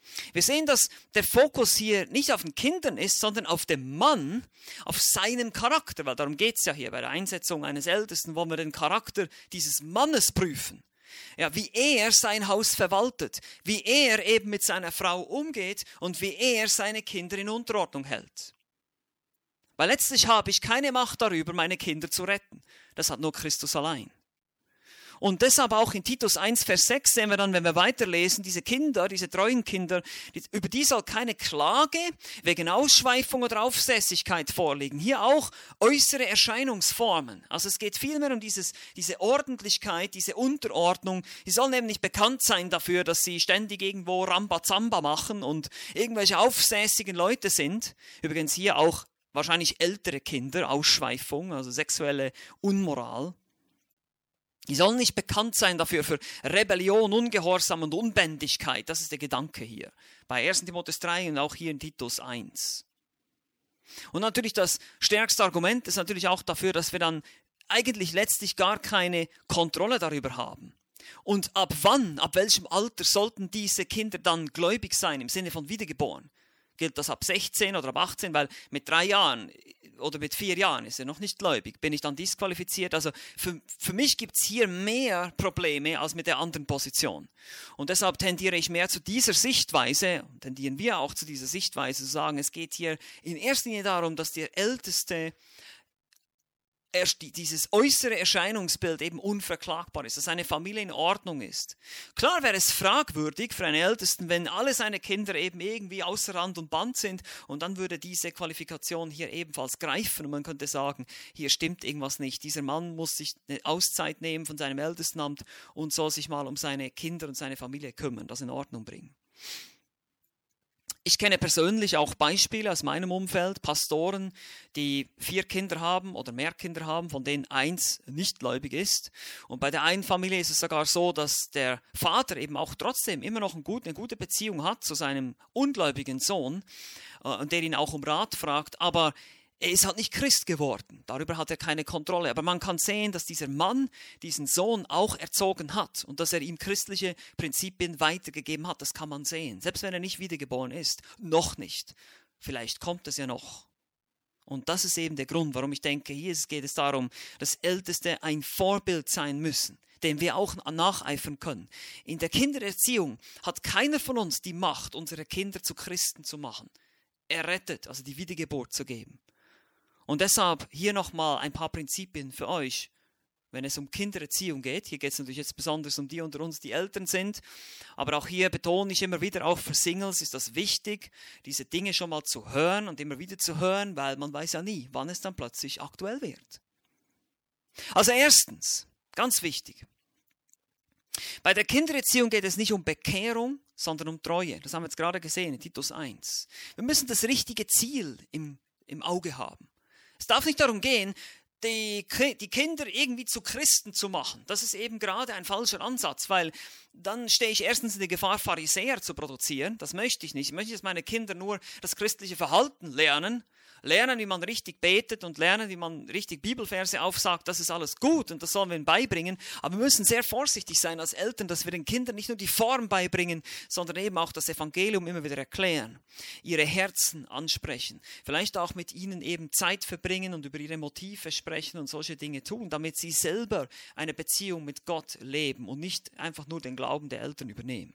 S1: Wir sehen, dass der Fokus hier nicht auf den Kindern ist, sondern auf dem Mann, auf seinem Charakter, weil darum geht es ja hier. Bei der Einsetzung eines Ältesten wollen wir den Charakter dieses Mannes prüfen. Ja, wie er sein Haus verwaltet, wie er eben mit seiner Frau umgeht und wie er seine Kinder in Unterordnung hält. Weil letztlich habe ich keine Macht darüber, meine Kinder zu retten. Das hat nur Christus allein. Und deshalb auch in Titus eins, Vers sechs sehen wir dann, wenn wir weiterlesen, diese Kinder, diese treuen Kinder, die, über die soll keine Klage wegen Ausschweifung oder Aufsässigkeit vorliegen. Hier auch äußere Erscheinungsformen. Also es geht vielmehr um dieses, diese Ordentlichkeit, diese Unterordnung. Sie sollen eben nicht bekannt sein dafür, dass sie ständig irgendwo Rambazamba machen und irgendwelche aufsässigen Leute sind. Übrigens hier auch wahrscheinlich ältere Kinder, Ausschweifung, also sexuelle Unmoral. Die sollen nicht bekannt sein dafür, für Rebellion, Ungehorsam und Unbändigkeit. Das ist der Gedanke hier. Bei ersten Timotheus drei und auch hier in Titus eins. Und natürlich das stärkste Argument ist natürlich auch dafür, dass wir dann eigentlich letztlich gar keine Kontrolle darüber haben. Und ab wann, ab welchem Alter sollten diese Kinder dann gläubig sein, im Sinne von wiedergeboren? Gilt das ab sechzehn oder ab achtzehn? Weil mit drei Jahren oder mit vier Jahren ist er noch nicht gläubig. Bin ich dann disqualifiziert? Also für, für mich gibt es hier mehr Probleme als mit der anderen Position. Und deshalb tendiere ich mehr zu dieser Sichtweise, tendieren wir auch zu dieser Sichtweise, zu sagen, es geht hier in erster Linie darum, dass der Älteste erst dieses äußere Erscheinungsbild eben unverklagbar ist, dass seine Familie in Ordnung ist. Klar wäre es fragwürdig für einen Ältesten, wenn alle seine Kinder eben irgendwie außer Rand und Band sind und dann würde diese Qualifikation hier ebenfalls greifen und man könnte sagen, hier stimmt irgendwas nicht. Dieser Mann muss sich eine Auszeit nehmen von seinem Ältestenamt und soll sich mal um seine Kinder und seine Familie kümmern, das in Ordnung bringen. Ich kenne persönlich auch Beispiele aus meinem Umfeld, Pastoren, die vier Kinder haben oder mehr Kinder haben, von denen eins nicht gläubig ist. Und bei der einen Familie ist es sogar so, dass der Vater eben auch trotzdem immer noch eine gute, eine gute Beziehung hat zu seinem ungläubigen Sohn, äh, und der ihn auch um Rat fragt, aber er ist halt nicht Christ geworden, darüber hat er keine Kontrolle. Aber man kann sehen, dass dieser Mann diesen Sohn auch erzogen hat und dass er ihm christliche Prinzipien weitergegeben hat, das kann man sehen. Selbst wenn er nicht wiedergeboren ist, noch nicht. Vielleicht kommt es ja noch. Und das ist eben der Grund, warum ich denke, hier geht es darum, dass Älteste ein Vorbild sein müssen, dem wir auch nacheifern können. In der Kindererziehung hat keiner von uns die Macht, unsere Kinder zu Christen zu machen. Errettet, also die Wiedergeburt zu geben. Und deshalb hier nochmal ein paar Prinzipien für euch, wenn es um Kindererziehung geht. Hier geht es natürlich jetzt besonders um die unter uns, die Eltern sind. Aber auch hier betone ich immer wieder, auch für Singles ist das wichtig, diese Dinge schon mal zu hören und immer wieder zu hören, weil man weiß ja nie, wann es dann plötzlich aktuell wird. Also erstens, ganz wichtig. Bei der Kindererziehung geht es nicht um Bekehrung, sondern um Treue. Das haben wir jetzt gerade gesehen in Titus eins. Wir müssen das richtige Ziel im, im Auge haben. Es darf nicht darum gehen, die, die Kinder irgendwie zu Christen zu machen. Das ist eben gerade ein falscher Ansatz, weil dann stehe ich erstens in der Gefahr, Pharisäer zu produzieren. Das möchte ich nicht. Ich möchte, dass meine Kinder nur das christliche Verhalten lernen, lernen, wie man richtig betet und lernen, wie man richtig Bibelverse aufsagt. Das ist alles gut und das sollen wir ihnen beibringen. Aber wir müssen sehr vorsichtig sein als Eltern, dass wir den Kindern nicht nur die Form beibringen, sondern eben auch das Evangelium immer wieder erklären, ihre Herzen ansprechen, vielleicht auch mit ihnen eben Zeit verbringen und über ihre Motive sprechen und solche Dinge tun, damit sie selber eine Beziehung mit Gott leben und nicht einfach nur den Glauben der Eltern übernehmen.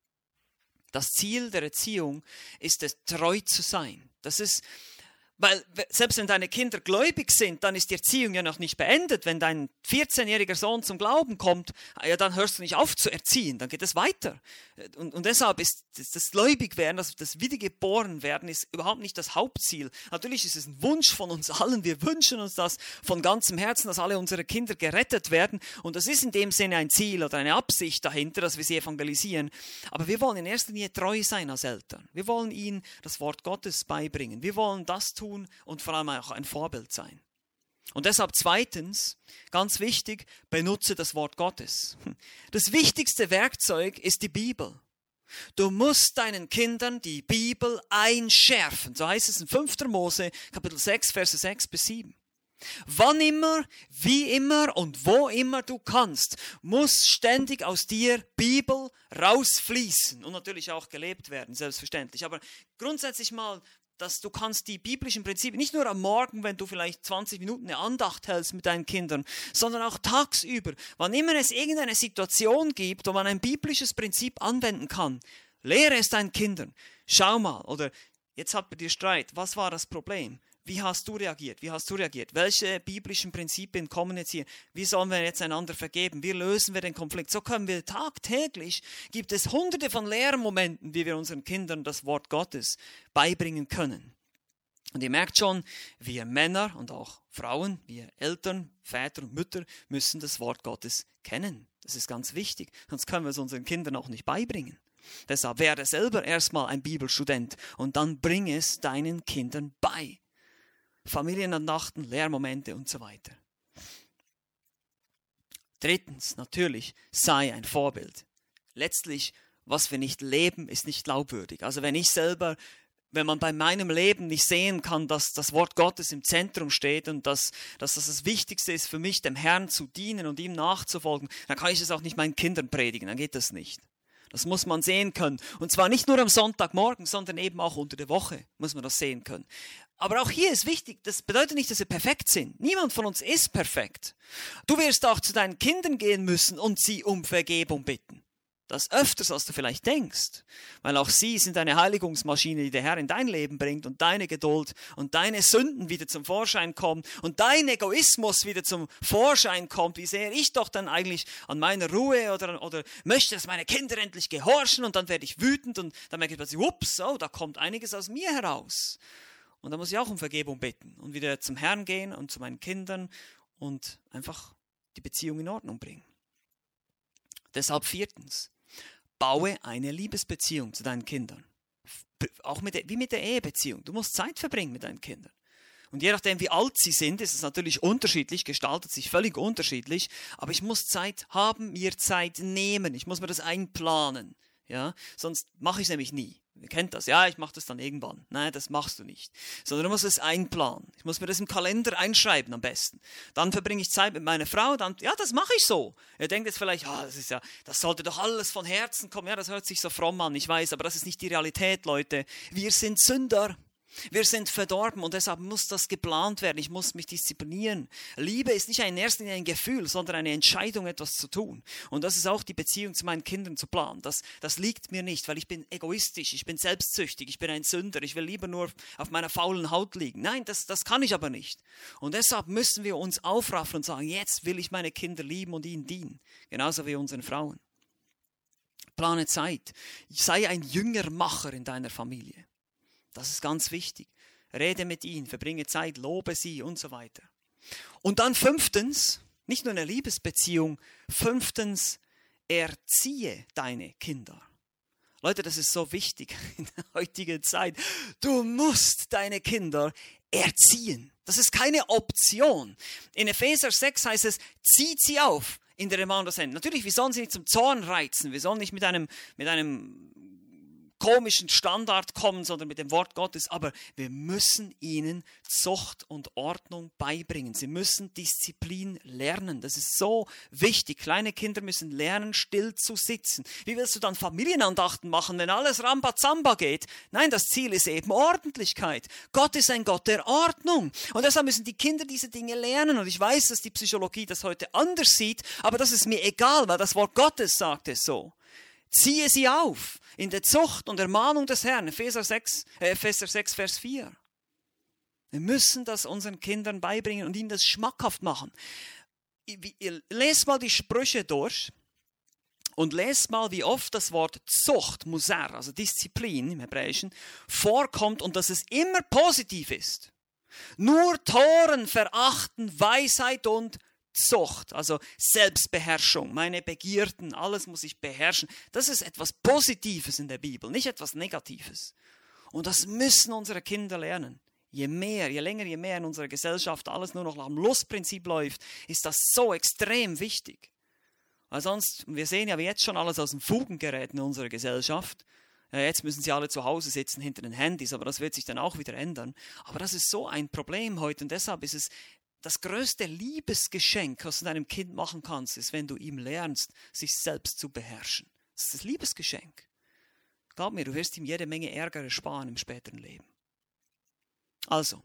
S1: Das Ziel der Erziehung ist es, treu zu sein. Das ist Weil selbst wenn deine Kinder gläubig sind, dann ist die Erziehung ja noch nicht beendet. Wenn dein vierzehnjähriger Sohn zum Glauben kommt, ja, dann hörst du nicht auf zu erziehen, dann geht es weiter. Und, und deshalb ist das, das Gläubigwerden, das, das Wiedergeborenwerden ist überhaupt nicht das Hauptziel. Natürlich ist es ein Wunsch von uns allen, wir wünschen uns das von ganzem Herzen, dass alle unsere Kinder gerettet werden. Und das ist in dem Sinne ein Ziel oder eine Absicht dahinter, dass wir sie evangelisieren. Aber wir wollen in erster Linie treu sein als Eltern. Wir wollen ihnen das Wort Gottes beibringen. Wir wollen das tun, und vor allem auch ein Vorbild sein. Und deshalb zweitens, ganz wichtig, benutze das Wort Gottes. Das wichtigste Werkzeug ist die Bibel. Du musst deinen Kindern die Bibel einschärfen. So heißt es in fünfter Mose, Kapitel sechs, Verse sechs bis sieben. Wann immer, wie immer und wo immer du kannst, muss ständig aus dir Bibel rausfließen und natürlich auch gelebt werden, selbstverständlich. Aber grundsätzlich mal, dass du kannst die biblischen Prinzipien, nicht nur am Morgen, wenn du vielleicht zwanzig Minuten eine Andacht hältst mit deinen Kindern, sondern auch tagsüber. Wann immer es irgendeine Situation gibt, wo man ein biblisches Prinzip anwenden kann, lehre es deinen Kindern. Schau mal, oder jetzt habt ihr Streit, was war das Problem? Wie hast du reagiert? Wie hast du reagiert? Welche biblischen Prinzipien kommen jetzt hier? Wie sollen wir jetzt einander vergeben? Wie lösen wir den Konflikt? So können wir tagtäglich, gibt es hunderte von Lehrmomenten, wie wir unseren Kindern das Wort Gottes beibringen können. Und ihr merkt schon, wir Männer und auch Frauen, wir Eltern, Väter und Mütter müssen das Wort Gottes kennen. Das ist ganz wichtig, sonst können wir es unseren Kindern auch nicht beibringen. Deshalb werde selber erstmal ein Bibelstudent und dann bring es deinen Kindern bei. Familienandachten, Lehrmomente und so weiter. Drittens, natürlich, sei ein Vorbild. Letztlich, was wir nicht leben, ist nicht glaubwürdig. Also wenn ich selber, wenn man bei meinem Leben nicht sehen kann, dass das Wort Gottes im Zentrum steht und dass, dass das das Wichtigste ist für mich, dem Herrn zu dienen und ihm nachzufolgen, dann kann ich es auch nicht meinen Kindern predigen, dann geht das nicht. Das muss man sehen können. Und zwar nicht nur am Sonntagmorgen, sondern eben auch unter der Woche muss man das sehen können. Aber auch hier ist wichtig, das bedeutet nicht, dass wir perfekt sind. Niemand von uns ist perfekt. Du wirst auch zu deinen Kindern gehen müssen und sie um Vergebung bitten. Das öfters, als du vielleicht denkst. Weil auch sie sind eine Heiligungsmaschine, die der Herr in dein Leben bringt und deine Geduld und deine Sünden wieder zum Vorschein kommen und dein Egoismus wieder zum Vorschein kommt. Wie sehr ich doch dann eigentlich an meiner Ruhe oder, oder möchte, dass meine Kinder endlich gehorchen und dann werde ich wütend und dann merke ich plötzlich, ups, oh, da kommt einiges aus mir heraus. Und da muss ich auch um Vergebung bitten und wieder zum Herrn gehen und zu meinen Kindern und einfach die Beziehung in Ordnung bringen. Deshalb viertens, baue eine Liebesbeziehung zu deinen Kindern. Auch mit der, wie mit der Ehebeziehung. Du musst Zeit verbringen mit deinen Kindern. Und je nachdem, wie alt sie sind, ist es natürlich unterschiedlich, gestaltet sich völlig unterschiedlich. Aber ich muss Zeit haben, mir Zeit nehmen. Ich muss mir das einplanen. Ja? Sonst mache ich es nämlich nie. Ihr kennt das, ja, ich mache das dann irgendwann. Nein, das machst du nicht. Sondern du musst es einplanen. Ich muss mir das im Kalender einschreiben am besten. Dann verbringe ich Zeit mit meiner Frau, dann, ja, das mache ich so. Ihr denkt jetzt vielleicht, ja, das ist ja, das sollte doch alles von Herzen kommen. Ja, das hört sich so fromm an, ich weiß, aber das ist nicht die Realität, Leute. Wir sind Sünder. Wir sind verdorben und deshalb muss das geplant werden. Ich muss mich disziplinieren. Liebe ist nicht in erster Linie ein Gefühl, sondern eine Entscheidung, etwas zu tun. Und das ist auch die Beziehung zu meinen Kindern zu planen. Das, das liegt mir nicht, weil ich bin egoistisch, ich bin selbstsüchtig, ich bin ein Sünder. Ich will lieber nur auf meiner faulen Haut liegen. Nein, das, das kann ich aber nicht. Und deshalb müssen wir uns aufraffen und sagen, jetzt will ich meine Kinder lieben und ihnen dienen. Genauso wie unseren Frauen. Plane Zeit. Sei ein Jüngermacher in deiner Familie. Das ist ganz wichtig. Rede mit ihnen, verbringe Zeit, lobe sie und so weiter. Und dann fünftens, nicht nur eine Liebesbeziehung, fünftens, erziehe deine Kinder. Leute, das ist so wichtig in der heutigen Zeit. Du musst deine Kinder erziehen. Das ist keine Option. In Epheser sechs heißt es, zieht sie auf in der Ermahnung des Herrn. Natürlich, wir sollen sie nicht zum Zorn reizen. Wir sollen nicht mit einem, mit einem komischen Standard kommen, sondern mit dem Wort Gottes. Aber wir müssen ihnen Zucht und Ordnung beibringen. Sie müssen Disziplin lernen. Das ist so wichtig. Kleine Kinder müssen lernen, still zu sitzen. Wie willst du dann Familienandachten machen, wenn alles Rambazamba geht? Nein, das Ziel ist eben Ordentlichkeit. Gott ist ein Gott der Ordnung. Und deshalb müssen die Kinder diese Dinge lernen. Und ich weiß, dass die Psychologie das heute anders sieht, aber das ist mir egal, weil das Wort Gottes sagt es so. Ziehe sie auf in der Zucht und Ermahnung des Herrn. Epheser sechs, äh, Epheser sechs, Vers vier. Wir müssen das unseren Kindern beibringen und ihnen das schmackhaft machen. Lest mal die Sprüche durch und lest mal, wie oft das Wort Zucht, Muser, also Disziplin im Hebräischen, vorkommt und dass es immer positiv ist. Nur Toren verachten Weisheit und Zucht, also Selbstbeherrschung, meine Begierden, alles muss ich beherrschen. Das ist etwas Positives in der Bibel, nicht etwas Negatives. Und das müssen unsere Kinder lernen. Je mehr, je länger, je mehr in unserer Gesellschaft alles nur noch nach dem Lustprinzip läuft, ist das so extrem wichtig. Weil sonst, wir sehen ja wie jetzt schon alles aus den Fugen gerät in unserer Gesellschaft. Jetzt müssen sie alle zu Hause sitzen hinter den Handys, aber das wird sich dann auch wieder ändern. Aber das ist so ein Problem heute und deshalb ist es das größte Liebesgeschenk, was du deinem Kind machen kannst, ist, wenn du ihm lernst, sich selbst zu beherrschen. Das ist das Liebesgeschenk. Glaub mir, du wirst ihm jede Menge Ärger ersparen im späteren Leben. Also,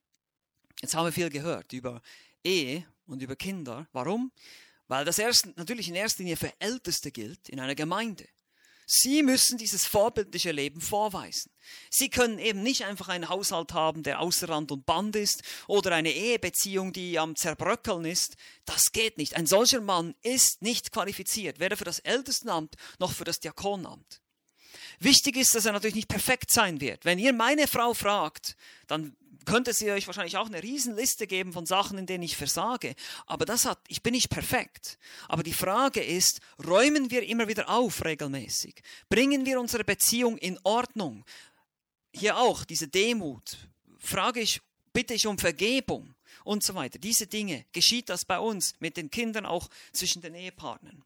S1: jetzt haben wir viel gehört über Ehe und über Kinder. Warum? Weil das erst, natürlich in erster Linie für Älteste gilt in einer Gemeinde. Sie müssen dieses vorbildliche Leben vorweisen. Sie können eben nicht einfach einen Haushalt haben, der außer Rand und Band ist, oder eine Ehebeziehung, die am Zerbröckeln ist. Das geht nicht. Ein solcher Mann ist nicht qualifiziert, weder für das Ältestenamt noch für das Diakonamt. Wichtig ist, dass er natürlich nicht perfekt sein wird. Wenn ihr meine Frau fragt, dann könnte sie euch wahrscheinlich auch eine Riesenliste geben von Sachen, in denen ich versage. Aber das hat, ich bin nicht perfekt. Aber die Frage ist, räumen wir immer wieder auf regelmäßig? Bringen wir unsere Beziehung in Ordnung? Hier auch diese Demut. Frage ich, bitte ich um Vergebung und so weiter. Diese Dinge, geschieht das bei uns mit den Kindern, auch zwischen den Ehepartnern?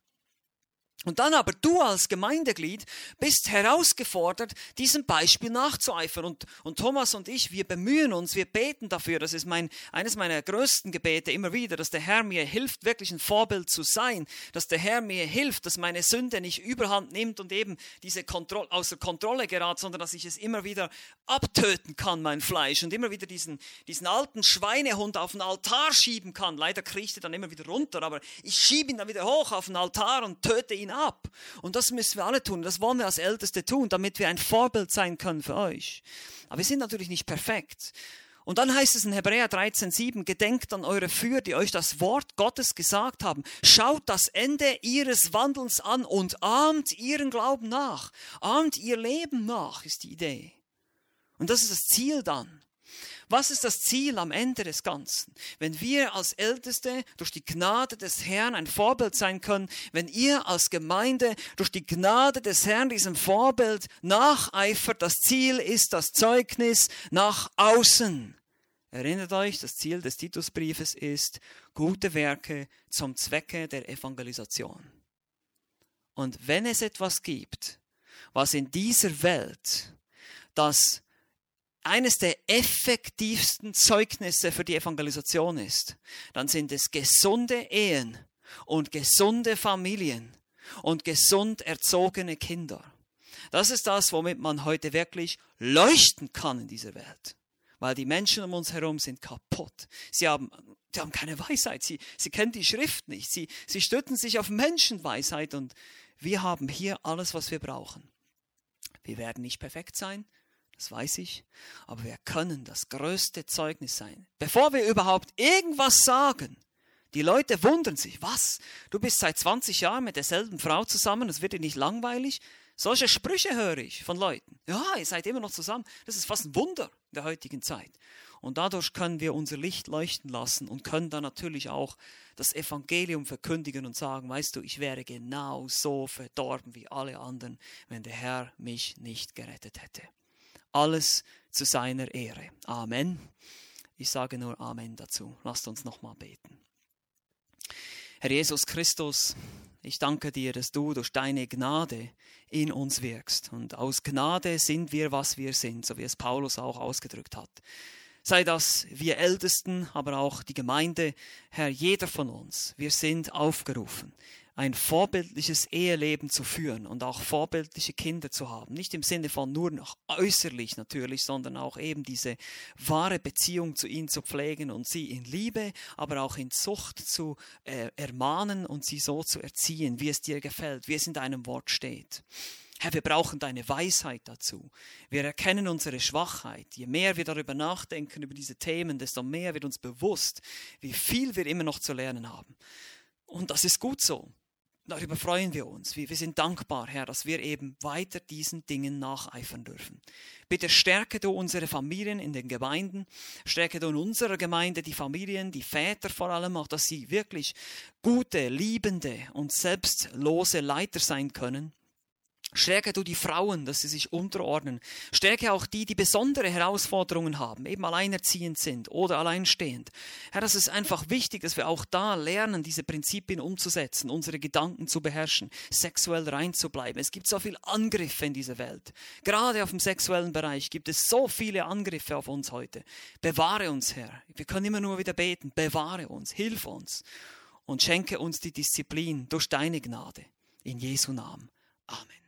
S1: Und dann aber du als Gemeindeglied bist herausgefordert, diesem Beispiel nachzueifern. Und, und Thomas und ich, wir bemühen uns, wir beten dafür. Das ist mein, eines meiner größten Gebete immer wieder, dass der Herr mir hilft, wirklich ein Vorbild zu sein. Dass der Herr mir hilft, dass meine Sünde nicht überhand nimmt und eben diese Kontrolle, außer Kontrolle gerät, sondern dass ich es immer wieder abtöten kann, mein Fleisch. Und immer wieder diesen, diesen alten Schweinehund auf den Altar schieben kann. Leider kriecht er dann immer wieder runter, aber ich schiebe ihn dann wieder hoch auf den Altar und töte ihn ab. Und das müssen wir alle tun. Das wollen wir als Älteste tun, damit wir ein Vorbild sein können für euch. Aber wir sind natürlich nicht perfekt. Und dann heißt es in Hebräer dreizehn sieben, gedenkt an eure Führer, die euch das Wort Gottes gesagt haben. Schaut das Ende ihres Wandelns an und ahmt ihren Glauben nach. Ahmt ihr Leben nach, ist die Idee. Und das ist das Ziel dann. Was ist das Ziel am Ende des Ganzen? Wenn wir als Älteste durch die Gnade des Herrn ein Vorbild sein können, wenn ihr als Gemeinde durch die Gnade des Herrn diesem Vorbild nacheifert, das Ziel ist das Zeugnis nach außen. Erinnert euch, das Ziel des Titusbriefes ist gute Werke zum Zwecke der Evangelisation. Und wenn es etwas gibt, was in dieser Welt das eines der effektivsten Zeugnisse für die Evangelisation ist, dann sind es gesunde Ehen und gesunde Familien und gesund erzogene Kinder. Das ist das, womit man heute wirklich leuchten kann in dieser Welt. Weil die Menschen um uns herum sind kaputt. Sie haben, sie haben keine Weisheit, sie, sie kennen die Schrift nicht, sie, sie stützen sich auf Menschenweisheit und wir haben hier alles, was wir brauchen. Wir werden nicht perfekt sein, das weiß ich, aber wir können das größte Zeugnis sein. Bevor wir überhaupt irgendwas sagen, die Leute wundern sich, was? Du bist seit zwanzig Jahren mit derselben Frau zusammen, es wird dir nicht langweilig? Solche Sprüche höre ich von Leuten. Ja, ihr seid immer noch zusammen. Das ist fast ein Wunder in der heutigen Zeit. Und dadurch können wir unser Licht leuchten lassen und können dann natürlich auch das Evangelium verkündigen und sagen, weißt du, ich wäre genau so verdorben wie alle anderen, wenn der Herr mich nicht gerettet hätte. Alles zu seiner Ehre. Amen. Ich sage nur Amen dazu. Lasst uns nochmal beten. Herr Jesus Christus, ich danke dir, dass du durch deine Gnade in uns wirkst. Und aus Gnade sind wir, was wir sind, so wie es Paulus auch ausgedrückt hat. Sei das wir Ältesten, aber auch die Gemeinde, Herr, jeder von uns, wir sind aufgerufen, ein vorbildliches Eheleben zu führen und auch vorbildliche Kinder zu haben. Nicht im Sinne von nur noch äußerlich natürlich, sondern auch eben diese wahre Beziehung zu ihnen zu pflegen und sie in Liebe, aber auch in Zucht zu äh, ermahnen und sie so zu erziehen, wie es dir gefällt, wie es in deinem Wort steht. Herr, wir brauchen deine Weisheit dazu. Wir erkennen unsere Schwachheit. Je mehr wir darüber nachdenken, über diese Themen, desto mehr wird uns bewusst, wie viel wir immer noch zu lernen haben. Und das ist gut so. Darüber freuen wir uns. Wir sind dankbar, Herr, dass wir eben weiter diesen Dingen nacheifern dürfen. Bitte stärke du unsere Familien in den Gemeinden, stärke du in unserer Gemeinde die Familien, die Väter vor allem, auch dass sie wirklich gute, liebende und selbstlose Leiter sein können. Stärke du die Frauen, dass sie sich unterordnen. Stärke auch die, die besondere Herausforderungen haben, eben alleinerziehend sind oder alleinstehend. Herr, das ist einfach wichtig, dass wir auch da lernen, diese Prinzipien umzusetzen, unsere Gedanken zu beherrschen, sexuell rein zu bleiben. Es gibt so viele Angriffe in dieser Welt. Gerade auf dem sexuellen Bereich gibt es so viele Angriffe auf uns heute. Bewahre uns, Herr. Wir können immer nur wieder beten. Bewahre uns, hilf uns und schenke uns die Disziplin durch deine Gnade. In Jesu Namen. Amen.